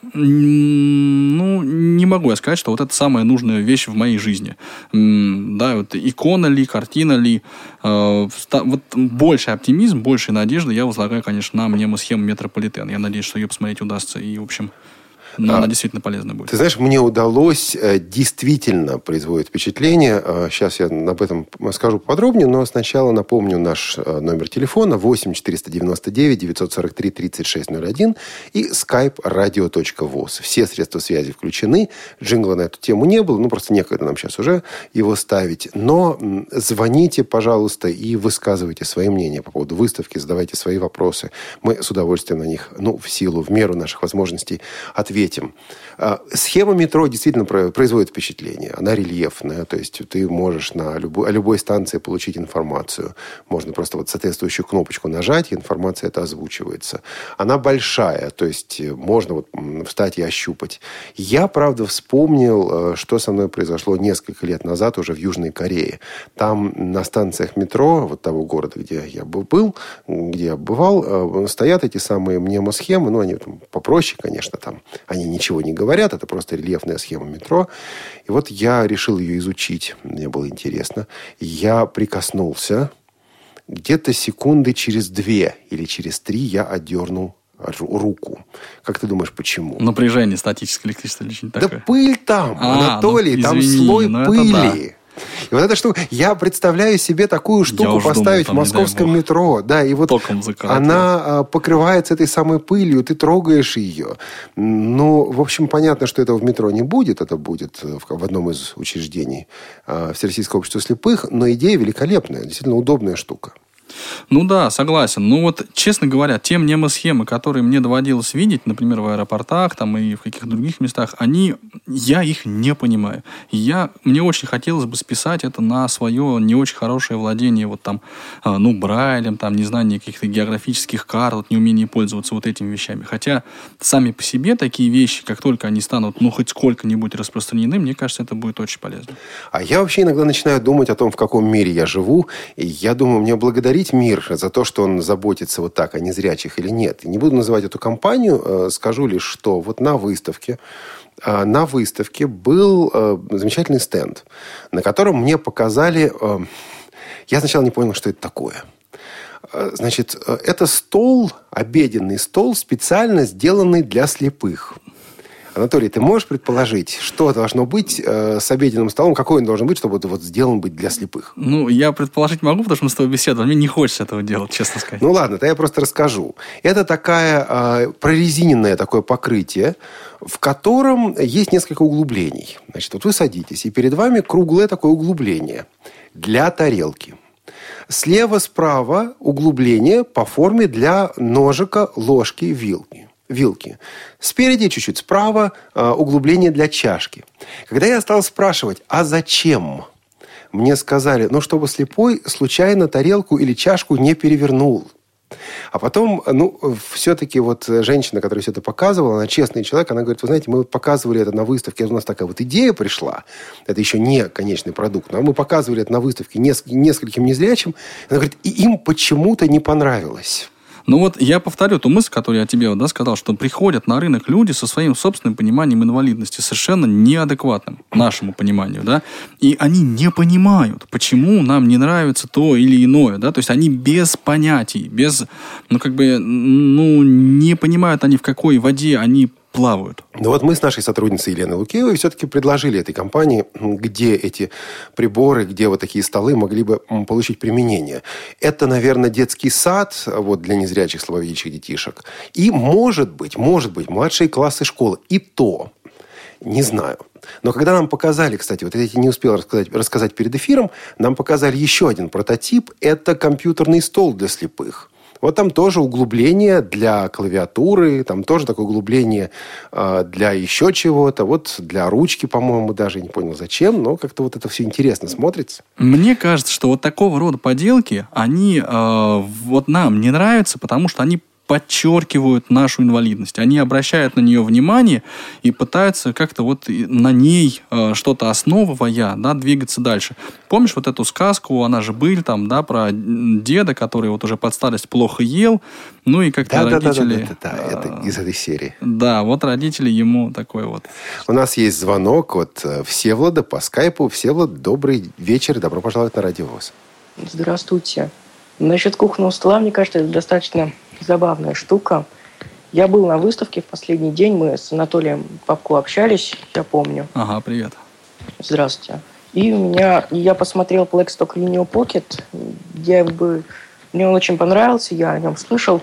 C: не могу я сказать, что вот это самая нужная вещь в моей жизни. Да, вот икона ли, картина ли, вот больше оптимизм, больше надежды я возлагаю, конечно, на мнемосхему метрополитен. Я надеюсь, что ее посмотреть удастся, и, в общем... Но она действительно полезна будет.
B: Ты знаешь, мне удалось, действительно производит впечатление. Сейчас я об этом скажу подробнее, но сначала напомню наш номер телефона 8 499 943 3601 и skype radio.voz. Все средства связи включены. Джингла на эту тему не было, просто некогда нам сейчас уже его ставить. Но звоните, пожалуйста, и высказывайте свои мнения по поводу выставки, задавайте свои вопросы. Мы с удовольствием на них, в меру наших возможностей ответим. Схема метро действительно производит впечатление. Она рельефная, то есть ты можешь о любой станции получить информацию. Можно просто вот соответствующую кнопочку нажать, и информация эта озвучивается. Она большая, то есть можно встать и ощупать. Я, правда, вспомнил, что со мной произошло несколько лет назад уже в Южной Корее. Там на станциях метро, вот того города, где я был, где я бывал, стоят эти самые мнемосхемы, они там попроще, конечно, там они ничего не говорят, это просто рельефная схема метро. И вот я решил ее изучить. Мне было интересно. Я прикоснулся. Где-то секунды через 2 или через 3 я отдернул руку. Как ты думаешь, почему?
C: Напряжение статическое электричество или что-нибудь такое.
B: Да пыль там, Анатолий, там слой пыли. И вот эта штука, я представляю себе такую штуку поставить в московском метро, да, и вот она покрывается этой самой пылью, ты трогаешь ее. Ну, в общем, понятно, что этого в метро не будет, это будет в одном из учреждений Всероссийского общества слепых, но идея великолепная, действительно удобная штука.
C: Ну да, согласен. Ну вот, честно говоря, те мнемосхемы, которые мне доводилось видеть, например, в аэропортах там, и в каких-то других местах, я их не понимаю. Мне очень хотелось бы списать это на свое не очень хорошее владение вот там, Брайлем, там, незнание каких-то географических карт, вот, неумение пользоваться вот этими вещами. Хотя сами по себе такие вещи, как только они станут, хоть сколько-нибудь распространены, мне кажется, это будет очень полезно.
B: А я вообще иногда начинаю думать о том, в каком мире я живу, и я думаю, мне благодарить мир за то, что он заботится вот так о незрячих или нет. И не буду называть эту компанию, скажу лишь, что вот на выставке был замечательный стенд, на котором мне показали... Я сначала не понял, что это такое. Значит, это стол, обеденный стол, специально сделанный для слепых. Анатолий, ты можешь предположить, что должно быть с обеденным столом, какой он должен быть, чтобы вот сделан быть для слепых?
C: Я предположить могу, потому что мы с тобой беседовали. Мне не хочется этого делать, честно сказать.
B: Ну ладно, то я просто расскажу. Это такая прорезиненное такое покрытие, в котором есть несколько углублений. Значит, вот вы садитесь, и перед вами круглое такое углубление для тарелки. Слева, справа углубление по форме для ножика, ложки, вилки. Спереди, чуть-чуть справа, углубление для чашки. Когда я стал спрашивать, а зачем? Мне сказали, чтобы слепой случайно тарелку или чашку не перевернул. А потом, все-таки вот женщина, которая все это показывала, она честный человек, она говорит, вы знаете, мы показывали это на выставке, у нас такая вот идея пришла, это еще не конечный продукт, но мы показывали это на выставке нескольким незрячим, она говорит, и им почему-то не понравилось.
C: Я повторю ту мысль, которую я тебе сказал, что приходят на рынок люди со своим собственным пониманием инвалидности, совершенно неадекватным нашему пониманию, да, и они не понимают, почему нам не нравится то или иное, да, то есть они без понятий, не понимают они, в какой воде они плавают.
B: Мы с нашей сотрудницей Еленой Лукеевой все-таки предложили этой компании, где эти приборы, где вот такие столы могли бы получить применение. Это, наверное, детский сад для незрячих слабовидящих детишек. И, может быть, младшие классы школы. И то, не знаю. Но когда нам показали, кстати, вот я не успел рассказать перед эфиром, нам показали еще один прототип. Это компьютерный стол для слепых. Вот там тоже углубление для клавиатуры, там тоже такое углубление для еще чего-то. Вот для ручки, по-моему, даже не понял зачем, но как-то вот это все интересно смотрится.
C: Мне кажется, что вот такого рода поделки, они нам не нравятся, потому что они подчеркивают нашу инвалидность. Они обращают на нее внимание и пытаются как-то на ней что-то основывая, двигаться дальше. Помнишь вот эту сказку, она же «Быль», про деда, который уже под старость плохо ел, и как-то родители...
B: Да, это из этой серии.
C: Да, родители ему такой вот.
B: У нас есть звонок от Всеволода по скайпу. Всеволод, добрый вечер, добро пожаловать на Радио ВОС.
G: Здравствуйте. Насчет кухонного стола, мне кажется, это достаточно забавная штука. Я был на выставке в последний день. Мы с Анатолием Попко общались, я помню.
C: Ага, привет.
G: Здравствуйте. И я посмотрел Blackstock Linear Pocket. Мне он очень понравился, я о нем слышал.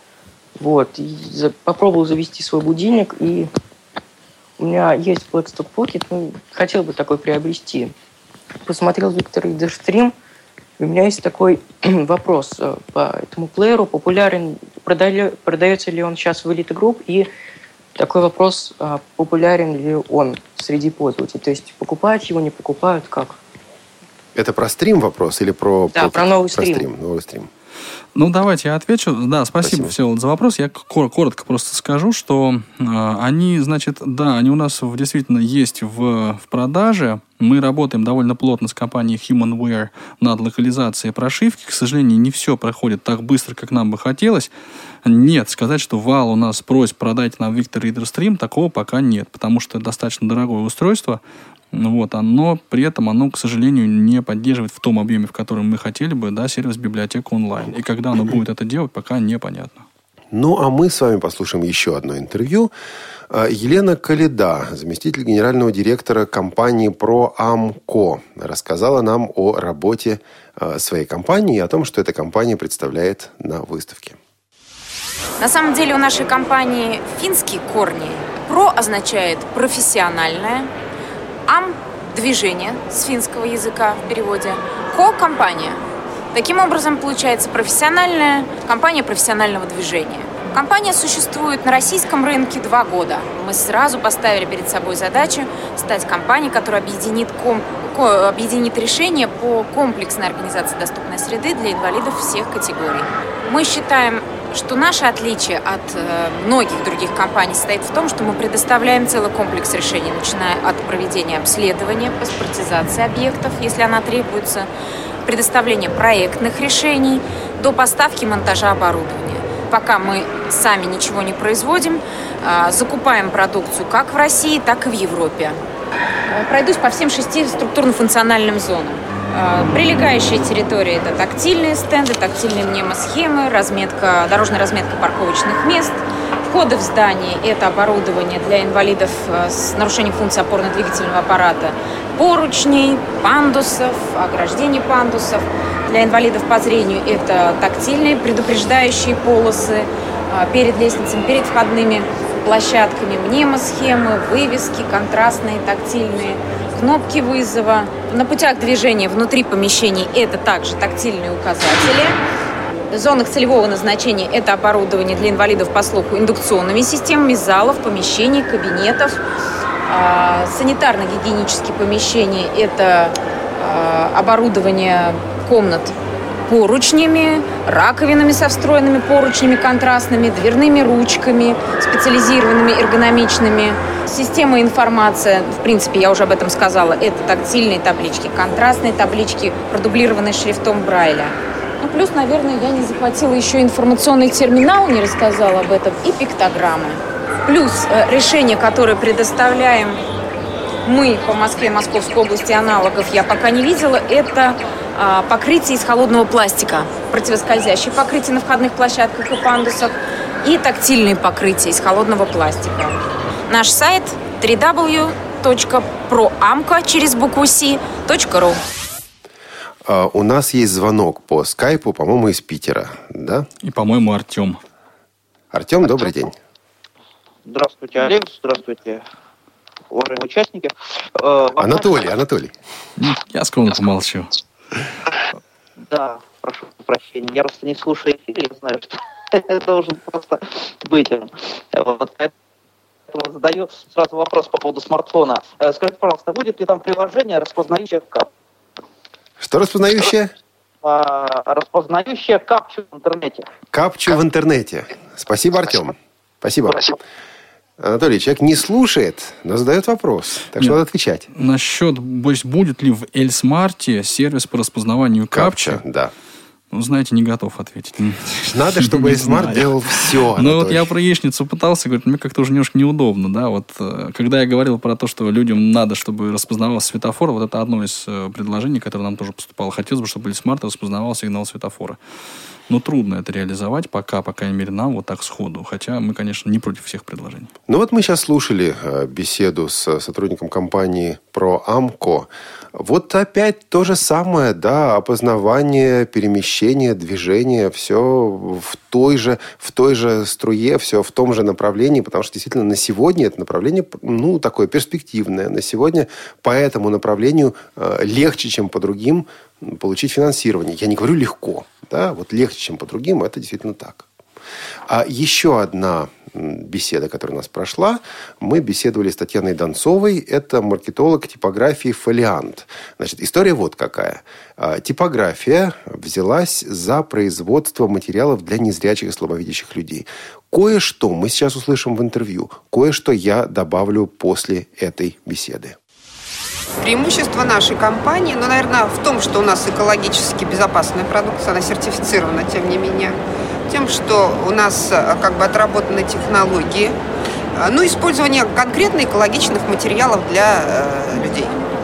G: Попробовал завести свой будильник. И у меня есть Blackstock Pocket. Хотел бы такой приобрести. Посмотрел Victor Reader Stream. У меня есть такой вопрос по этому плееру. Популярен, продается ли он сейчас в Elite Group? И такой вопрос, популярен ли он среди пользователей? То есть покупают его, не покупают, как?
B: Это про стрим вопрос или про...
G: Да, про новый стрим.
B: Новый стрим.
C: Давайте я отвечу. Да, спасибо, Всеволод, за вопрос. Я коротко просто скажу, что они у нас действительно есть в продаже. Мы работаем довольно плотно с компанией HumanWare над локализацией прошивки. К сожалению, не все проходит так быстро, как нам бы хотелось. Нет, сказать, что вал у нас просит продать нам Victor Reader Stream, такого пока нет, потому что это достаточно дорогое устройство. Но при этом оно, к сожалению, не поддерживает в том объеме, в котором мы хотели бы, сервис библиотека онлайн. И когда оно будет это делать, пока непонятно.
B: Ну, а мы с вами послушаем еще одно интервью. Елена Коляда, заместитель генерального директора компании ProAmco, рассказала нам о работе своей компании и о том, что эта компания представляет на выставке.
H: На самом деле у нашей компании финские корни. Про означает профессиональное, ам – движение с финского языка в переводе, ко – компания. Таким образом, получается профессиональная компания профессионального движения. Компания существует на российском рынке 2 года. Мы сразу поставили перед собой задачу стать компанией, которая объединит решения по комплексной организации доступной среды для инвалидов всех категорий. Мы считаем, что наше отличие от многих других компаний состоит в том, что мы предоставляем целый комплекс решений, начиная от проведения обследования, паспортизации объектов, если она требуется, предоставления проектных решений, до поставки и монтажа оборудования. Пока мы сами ничего не производим, закупаем продукцию как в России, так и в Европе. Пройдусь по всем 6 структурно-функциональным зонам. Прилегающие территории – это тактильные стенды, тактильные мнемосхемы, дорожная разметка парковочных мест. Входы в здание – это оборудование для инвалидов с нарушением функции опорно-двигательного аппарата, поручней, пандусов, ограждений пандусов. Для инвалидов по зрению это тактильные предупреждающие полосы перед лестницами, перед входными площадками, мнемосхемы, вывески, контрастные, тактильные, кнопки вызова. На путях движения внутри помещений это также тактильные указатели. В зонах целевого назначения это оборудование для инвалидов по слуху индукционными системами залов, помещений, кабинетов. Санитарно-гигиенические помещения – это оборудование комнат поручнями, раковинами со встроенными поручнями контрастными, дверными ручками, специализированными, эргономичными. Система информации, в принципе, я уже об этом сказала, это тактильные таблички, контрастные таблички, продублированные шрифтом Брайля. Ну, плюс, наверное, я не захватила еще информационный терминал, не рассказала об этом, и пиктограммы. Плюс решения, которые предоставляем мы по Москве, Московской области, аналогов я пока не видела, это покрытие из холодного пластика, противоскользящее покрытие на входных площадках и пандусах и тактильные покрытия из холодного пластика. Наш сайт www.proamco через букву C.ru.
B: У нас есть звонок по скайпу, по-моему, из Питера, да?
C: И, по-моему, Артем.
B: Артем, добрый день.
I: Здравствуйте, Олег. Здравствуйте, уважаемые участники.
B: Анатолий.
C: Я скромно помолчу.
I: Да, прошу прощения. Я просто не слушаю эфир, я знаю, что это должен просто быть. Вот, поэтому задаю сразу вопрос по поводу смартфона. Скажите, пожалуйста, будет ли там приложение, распознающее капчу?
B: Что распознающее?
I: Распознающее капчу в интернете.
B: Капчу в интернете. Спасибо, Артем. Спасибо. Анатолий, человек не слушает, но задает вопрос. Так что надо отвечать.
C: Насчет, будет ли в Эльсмарте сервис по распознаванию капча?
B: Да.
C: Ну, знаете, не готов ответить.
B: Надо, чтобы Эльсмарт делал все.
C: Ну, вот я про яичницу пытался, говорит, мне как-то уже немножко неудобно, да, вот, когда я говорил про то, что людям надо, чтобы распознавал светофор, вот это одно из предложений, которое нам тоже поступало. Хотелось бы, чтобы Эльсмарт распознавал сигнал светофора. Но трудно это реализовать пока, по крайней мере, нам вот так сходу. Хотя мы, конечно, не против всех предложений.
B: Ну вот мы сейчас слушали беседу с сотрудником компании ProAmco. Вот опять то же самое, да, опознавание, перемещение, движение, все в той же струе, все в том же направлении, потому что действительно на сегодня это направление, ну, такое перспективное. На сегодня по этому направлению легче, чем по другим, получить финансирование. Я не говорю легко, да, вот легче, чем по другим, это действительно так. А еще одна беседа, которая у нас прошла, мы беседовали с Татьяной Донцовой, это маркетолог типографии «Фолиант». Значит, история вот какая. Типография взялась за производство материалов для незрячих и слабовидящих людей. Кое-что мы сейчас услышим в интервью, кое-что я добавлю после этой беседы.
J: Преимущество нашей компании, наверное, в том, что у нас экологически безопасная продукция, она сертифицирована, тем не менее, тем, что у нас отработаны технологии, использование конкретно экологичных материалов для людей.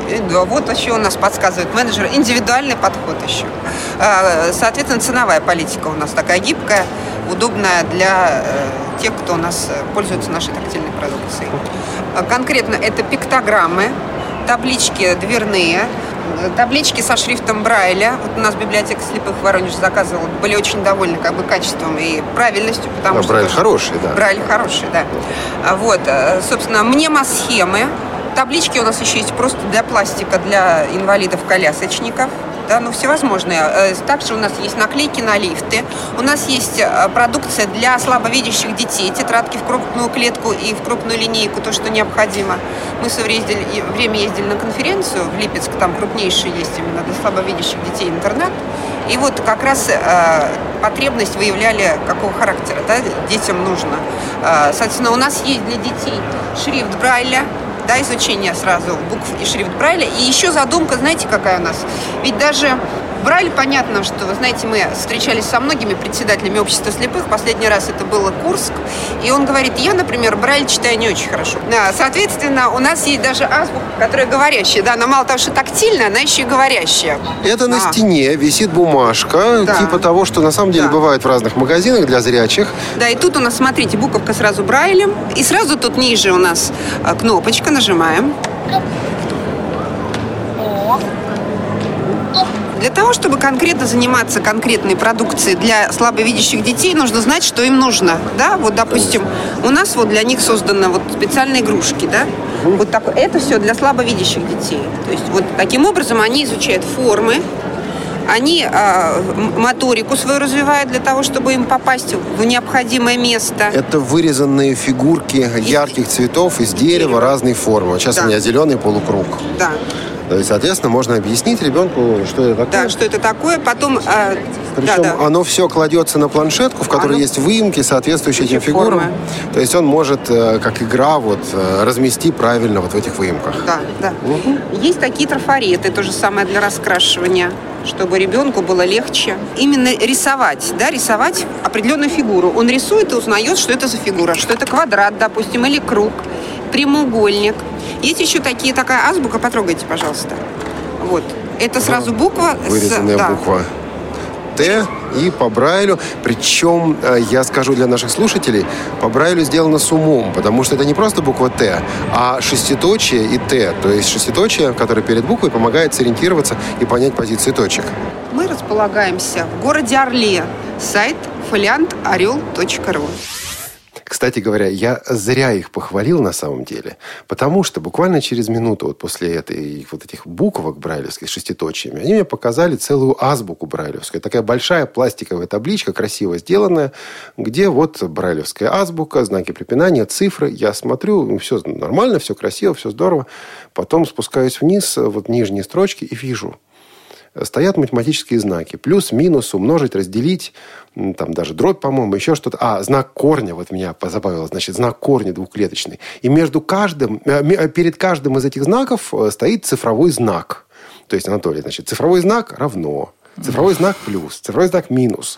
J: Вот еще у нас подсказывает менеджер. Индивидуальный подход еще. Соответственно, ценовая политика у нас такая гибкая, удобная для тех, кто у нас пользуется нашей тактильной продукцией. Конкретно это пиктограммы, таблички дверные, таблички со шрифтом Брайля. Вот у нас библиотека слепых в Воронеже заказывала. Были очень довольны качеством и правильностью, потому что...
B: Брайль хороший, да.
J: Брайль хороший, да. Вот, собственно, мнемосхемы. Таблички у нас еще есть просто для пластика, для инвалидов-колясочников. Да, всевозможные. Также у нас есть наклейки на лифты. У нас есть продукция для слабовидящих детей. Тетрадки в крупную клетку и в крупную линейку, то, что необходимо. Мы в свое время ездили на конференцию в Липецк, там крупнейший есть именно для слабовидящих детей интернат. И вот как раз потребность выявляли, какого характера, да, детям нужно. Соответственно, у нас есть для детей шрифт Брайля, да, изучение сразу букв и шрифт Брайля. И еще задумка, знаете, какая у нас? Ведь даже Брайль, понятно, что, вы знаете, мы встречались со многими председателями общества слепых. Последний раз это было Курск. И он говорит, я, например, Брайль читаю не очень хорошо. Соответственно, у нас есть даже азбука, которая говорящая. Да, она мало того, что тактильная, она еще и говорящая.
B: Это на стене висит бумажка, да, типа того, что на самом деле бывает в разных магазинах для зрячих.
J: Да, и тут у нас, смотрите, буковка сразу Брайлем. И сразу тут ниже у нас кнопочка, нажимаем. Для того, чтобы конкретно заниматься конкретной продукцией для слабовидящих детей, нужно знать, что им нужно. Да? Вот, допустим, у нас вот для них созданы вот специальные игрушки. Да? Вот так, это все для слабовидящих детей. То есть вот таким образом они изучают формы, они моторику свою развивают для того, чтобы им попасть в необходимое место.
B: Это вырезанные фигурки ярких цветов из дерева разной формы. Сейчас у меня зеленый полукруг.
J: Да.
B: То есть, соответственно, можно объяснить ребенку, что это такое.
J: Да, что это такое. Потом...
B: Причем оно все кладется на планшетку, в которой есть выемки, соответствующие этим фигурам. Формы. То есть он может, как игра, размести правильно в этих выемках.
J: Да, да. Есть такие трафареты, то же самое для раскрашивания, чтобы ребенку было легче. Именно рисовать, да, рисовать определенную фигуру. Он рисует и узнает, что это за фигура, что это квадрат, допустим, или круг, прямоугольник. Есть еще такая азбука, потрогайте, пожалуйста. Вот. Это сразу буква.
B: Вырезанная буква Т и по Брайлю. Причем, я скажу для наших слушателей, по Брайлю сделано с умом, потому что это не просто буква Т, а шеститочие и Т. То есть шеститочие, которое перед буквой, помогает сориентироваться и понять позиции точек.
J: Мы располагаемся в городе Орле. Сайт foliantorel.ru.
B: Кстати говоря, я зря их похвалил на самом деле, потому что буквально через минуту после этих буквок брайлевских с шеститочиями, они мне показали целую азбуку брайлевскую. Такая большая пластиковая табличка, красиво сделанная, где брайлевская азбука, знаки препинания, цифры. Я смотрю, все нормально, все красиво, все здорово. Потом спускаюсь вниз, нижние строчки, и вижу. Стоят математические знаки. Плюс, минус, умножить, разделить. Там даже дробь, по-моему, еще что-то. Знак корня, меня позабавило. Значит, знак корня двухклеточный. И перед каждым из этих знаков стоит цифровой знак. То есть, Анатолий, цифровой знак равно. Цифровой знак плюс. Цифровой знак минус.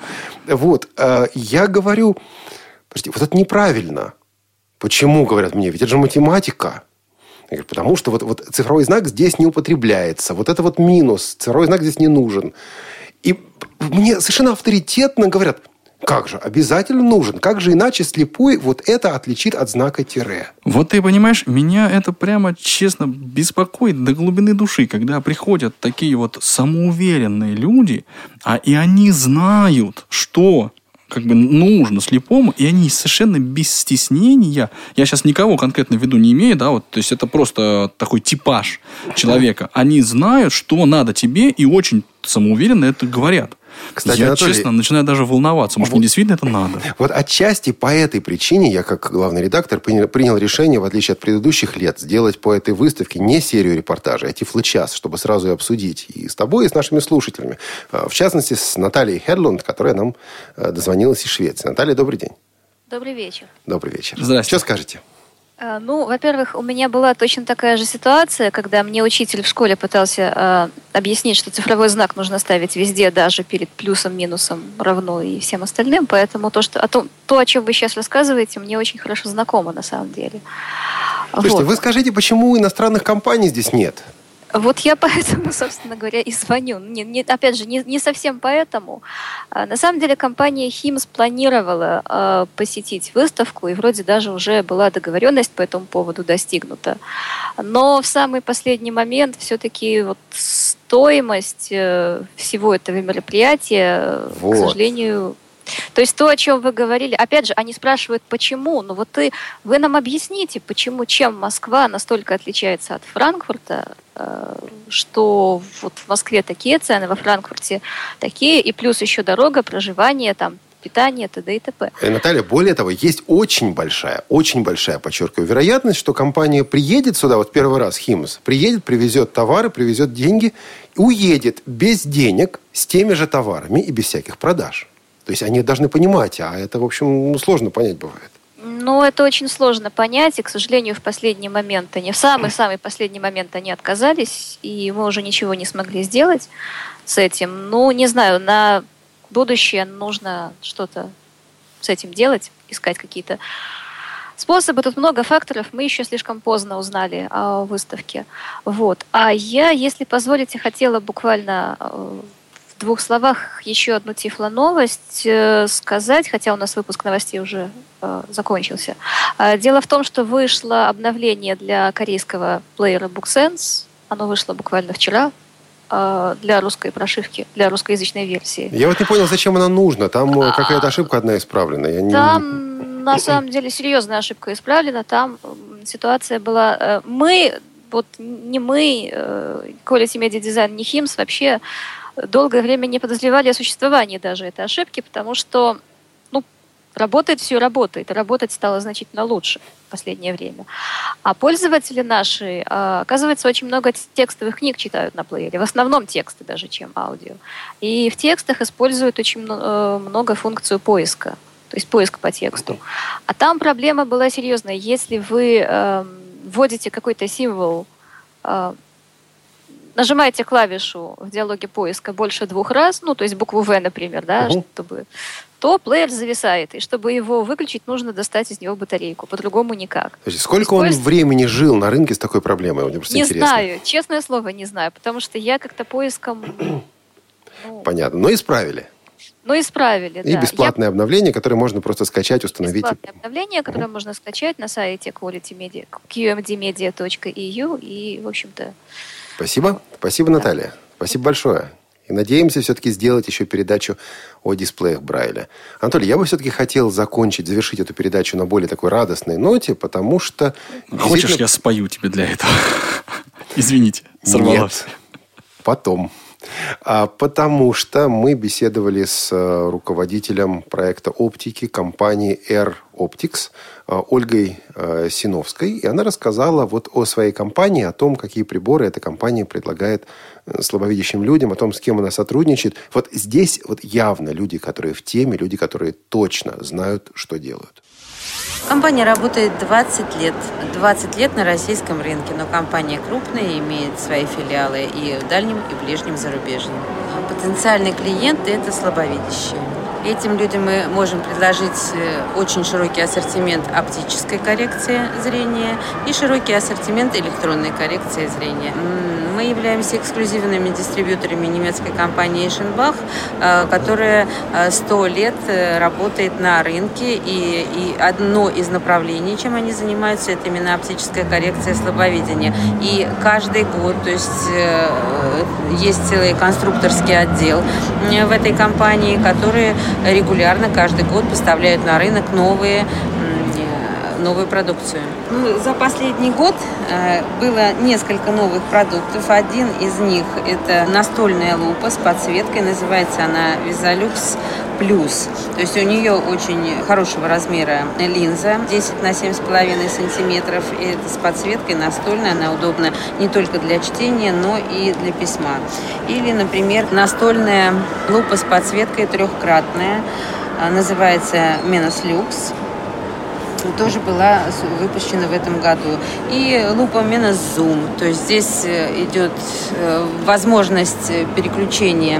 B: Я говорю, это неправильно. Почему, говорят мне? Ведь это же математика. Я говорю, потому что цифровой знак здесь не употребляется. Это минус. Цифровой знак здесь не нужен. И мне совершенно авторитетно говорят, как же, обязательно нужен. Как же иначе слепой это отличит от знака тире?
C: Ты понимаешь, меня это прямо, честно, беспокоит до глубины души, когда приходят такие самоуверенные люди, и они знают, что нужно слепому, и они совершенно без стеснения, я сейчас никого конкретно в виду не имею, то есть это просто такой типаж человека, они знают, что надо тебе, и очень самоуверенно это говорят.
B: Кстати,
C: я,
B: Анатолий,
C: честно, начинаю даже волноваться. Может, мне действительно это надо?
B: Отчасти по этой причине я, как главный редактор, принял решение, в отличие от предыдущих лет, сделать по этой выставке не серию репортажей, а тифлочас, чтобы сразу ее обсудить и с тобой, и с нашими слушателями. В частности, с Натальей Хедлунд, которая нам дозвонилась из Швеции. Наталья, добрый день.
K: Добрый вечер.
B: Добрый вечер.
C: Здравствуйте.
B: Что скажете?
K: Во-первых, у меня была точно такая же ситуация, когда мне учитель в школе пытался объяснить, что цифровой знак нужно ставить везде, даже перед плюсом, минусом, равно и всем остальным. Поэтому то, о чем вы сейчас рассказываете, мне очень хорошо знакомо на самом деле.
B: Слушайте, вы скажите, почему иностранных компаний здесь нет?
K: Вот я поэтому, собственно говоря, и звоню. Опять же, не совсем поэтому. На самом деле компания HIMSS планировала посетить выставку, и вроде даже уже была договоренность по этому поводу достигнута. Но в самый последний момент все-таки вот стоимость всего этого мероприятия, к сожалению... То есть то, о чем вы говорили, опять же, они спрашивают, почему. Ну вот вы нам объясните, почему, чем Москва настолько отличается от Франкфурта, что вот в Москве такие цены, во Франкфурте такие, и плюс еще дорога, проживание, там, питание, т.д. и т.п.
B: Наталья, более того, есть очень большая, подчеркиваю, вероятность, что компания приедет сюда, вот первый раз HIMSS, приедет, привезет товары, привезет деньги, уедет без денег с теми же товарами и без всяких продаж. То есть они должны понимать, а это, в общем, сложно понять бывает.
K: Ну, это очень сложно понять, и, к сожалению, в последний момент в самый последний момент они отказались, и мы уже ничего не смогли сделать с этим. Ну, не знаю, на будущее нужно что-то с этим делать, искать какие-то способы. Тут много факторов, мы еще слишком поздно узнали о выставке. Вот. А я, если позволите, хотела буквально... в 2 словах еще одну тифло-новость сказать, хотя у нас выпуск новостей уже закончился. Дело в том, что вышло обновление для корейского плеера BookSense. Оно вышло буквально вчера для русской прошивки, для русскоязычной версии.
B: Я вот не понял, зачем оно нужно. Там какая-то ошибка одна исправлена.
K: Там на самом деле серьезная ошибка исправлена. Там ситуация была... Quality Media Design, не HIMSS, вообще долгое время не подозревали о существовании даже этой ошибки, потому что работает, работать стало значительно лучше в последнее время. А пользователи наши, оказывается, очень много текстовых книг читают на плеере, в основном тексты даже, чем аудио. И в текстах используют очень много функцию поиска, то есть поиск по тексту. А там проблема была серьезная. Если вы вводите какой-то символ, нажимаете клавишу в диалоге поиска больше 2 раз, то есть букву В, например, то плеер зависает. И чтобы его выключить, нужно достать из него батарейку. По-другому никак.
B: Сколько он времени жил на рынке с такой проблемой? Мне просто интересно.
K: Не знаю. Честное слово, не знаю. Потому что я как-то поиском...
B: Понятно. Но исправили.
K: Исправили, да.
B: И бесплатное обновление, которое можно просто скачать, установить.
K: Бесплатное обновление, которое можно скачать на сайте qmdmedia.eu. И, в общем-то...
B: Спасибо. Спасибо, Наталья. Спасибо большое. И надеемся все-таки сделать еще передачу о дисплеях Брайля. Анатолий, я бы все-таки хотел завершить эту передачу на более такой радостной ноте, потому что...
C: Хочешь, я спою тебе для этого? Извините, сорвалось.
B: Нет, потом. Потому что мы беседовали с руководителем проекта оптики компании Air Optics Ольгой Синовской. И она рассказала о своей компании, о том, какие приборы эта компания предлагает слабовидящим людям, о том, с кем она сотрудничает. Вот здесь явно люди, которые в теме, люди, которые точно знают, что делают.
L: Компания работает 20 лет. 20 лет на российском рынке, но компания крупная, имеет свои филиалы и в дальнем, и в ближнем зарубежье. Потенциальный клиент – это слабовидящие. Этим людям мы можем предложить очень широкий ассортимент оптической коррекции зрения и широкий ассортимент электронной коррекции зрения. Мы являемся эксклюзивными дистрибьюторами немецкой компании Eschenbach, которая 100 лет работает на рынке, и одно из направлений, чем они занимаются, это именно оптическая коррекция слабовидения. И каждый год, то есть есть целый конструкторский отдел в этой компании, которые регулярно каждый год поставляют на рынок новую продукцию. За последний год было несколько новых продуктов. Один из них – это настольная лупа с подсветкой. Называется она Visalux Plus. То есть у нее очень хорошего размера линза 10 на 7,5 сантиметров. И это с подсветкой настольная. Она удобна не только для чтения, но и для письма. Или, например, настольная лупа с подсветкой трехкратная. Называется Menos Lux. Тоже была выпущена в этом году. И лупа Menos Zoom. То есть здесь идет возможность переключения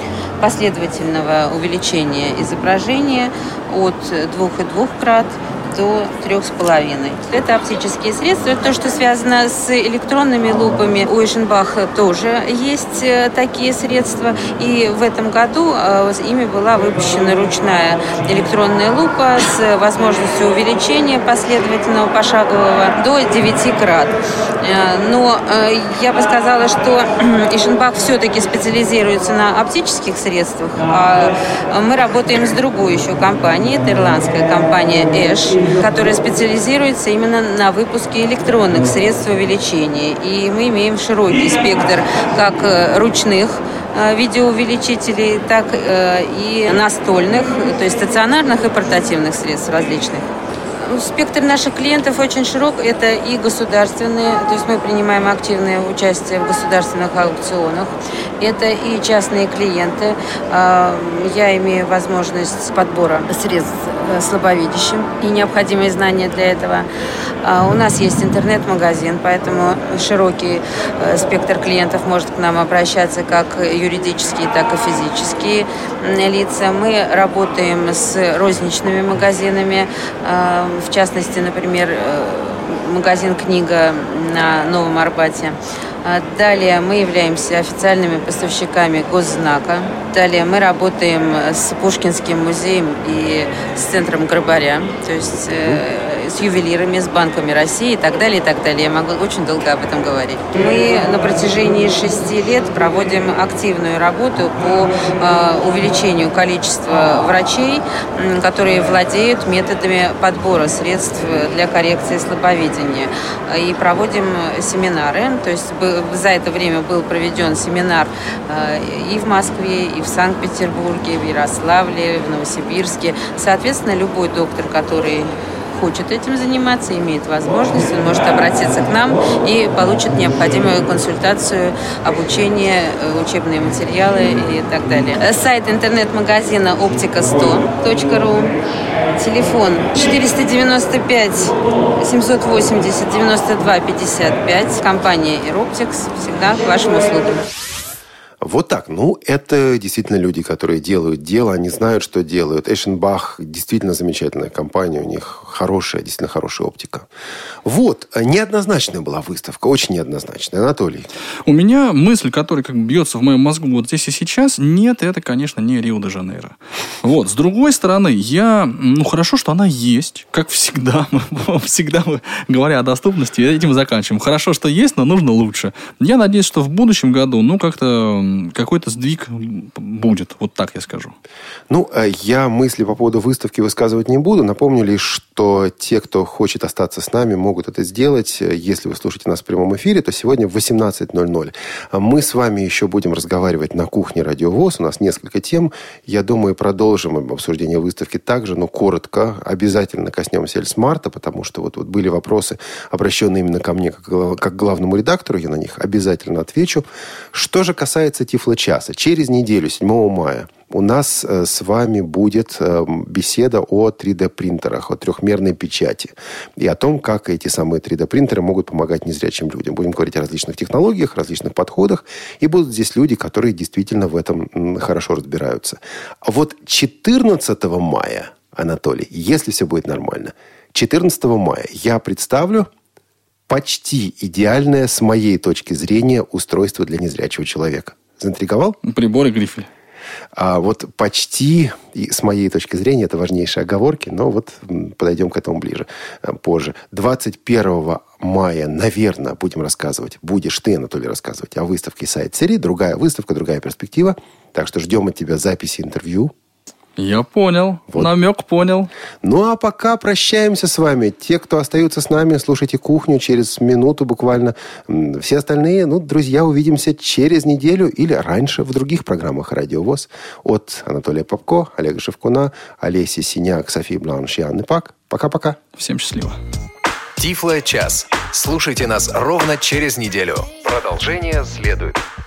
L: последовательного увеличения изображения от 2,2 крат до 3,5. Это оптические средства. Это то, что связано с электронными лупами. У Эшенбах тоже есть такие средства. И в этом году ими была выпущена ручная электронная лупа с возможностью увеличения последовательного пошагового до 9 крат. Но я бы сказала, что Эшенбах все-таки специализируется на оптических средствах, а мы работаем с другой еще компанией, это ирландская компания Эш, которая специализируется именно на выпуске электронных средств увеличения. И мы имеем широкий спектр как ручных видеоувеличителей, так и настольных, то есть стационарных и портативных средств различных. Спектр наших клиентов очень широк. Это и государственные, то есть мы принимаем активное участие в государственных аукционах. Это и частные клиенты. Я имею возможность подбора средств слабовидящим и необходимые знания для этого. У нас есть интернет-магазин, поэтому широкий спектр клиентов может к нам обращаться, как юридические, так и физические лица. Мы работаем с розничными магазинами, в частности, например, магазин «Книга» на Новом Арбате. Далее мы являемся официальными поставщиками госзнака. Далее мы работаем с Пушкинским музеем и с центром Грабаря, то есть с ювелирами, с банками России и так далее, и так далее. Я могу очень долго об этом говорить. Мы на протяжении 6 лет проводим активную работу по увеличению количества врачей, которые владеют методами подбора средств для коррекции слабовидения. И проводим семинары, то есть за это время был проведен семинар и в Москве, и в Санкт-Петербурге, в Ярославле, в Новосибирске. Соответственно, любой доктор, который хочет этим заниматься, имеет возможность, он может обратиться к нам и получит необходимую консультацию, обучение, учебные материалы и так далее. Сайт интернет-магазина optica100.ru, телефон 495 780 92 55, компания Eroptics, всегда к вашим услугам.
B: Вот так. Это действительно люди, которые делают дело, они знают, что делают. Эшенбах действительно замечательная компания, у них действительно хорошая оптика. Неоднозначная была выставка, очень неоднозначная. Анатолий.
C: У меня мысль, которая бьется в моем мозгу вот здесь и сейчас, нет, это, конечно, не Рио-де-Жанейро. С другой стороны, хорошо, что она есть, как всегда, говоря о доступности, этим заканчиваем. Хорошо, что есть, но нужно лучше. Я надеюсь, что в будущем году, какой-то сдвиг будет. Вот так я скажу.
B: Я мысли по поводу выставки высказывать не буду. Напомню лишь, что те, кто хочет остаться с нами, могут это сделать. Если вы слушаете нас в прямом эфире, то сегодня в 18:00 мы с вами еще будем разговаривать на кухне Радио ВОС. У нас несколько тем. Я думаю, продолжим обсуждение выставки также, но коротко. Обязательно коснемся Эльсмарта, потому что были вопросы, обращенные именно ко мне, как главному редактору. Я на них обязательно отвечу. Что же касается Тифло-часа, через неделю, 7 мая, у нас с вами будет беседа о 3D-принтерах, о трехмерной печати и о том, как эти самые 3D-принтеры могут помогать незрячим людям. Будем говорить о различных технологиях, различных подходах, и будут здесь люди, которые действительно в этом хорошо разбираются. 14 мая, Анатолий, если все будет нормально, 14 мая я представлю почти идеальное, с моей точки зрения, устройство для незрячего человека. Заинтриговал?
C: Прибор и грифель.
B: Почти, и с моей точки зрения, это важнейшие оговорки, но подойдем к этому ближе, позже. 21 мая, наверное, будешь ты, Анатолий, рассказывать о выставке сайт-серии. Другая выставка, другая перспектива. Так что ждем от тебя записи интервью.
C: Я понял. Намек понял.
B: А пока прощаемся с вами. Те, кто остаются с нами, слушайте «Кухню» через минуту буквально. Все остальные, друзья, увидимся через неделю или раньше в других программах «Радио ВОС». От Анатолия Попко, Олега Шевкуна, Олеси Синяк, Софии Бланш и Анны Пак. Пока-пока.
C: Всем счастливо.
A: Тифло-час. Слушайте нас ровно через неделю. Продолжение следует.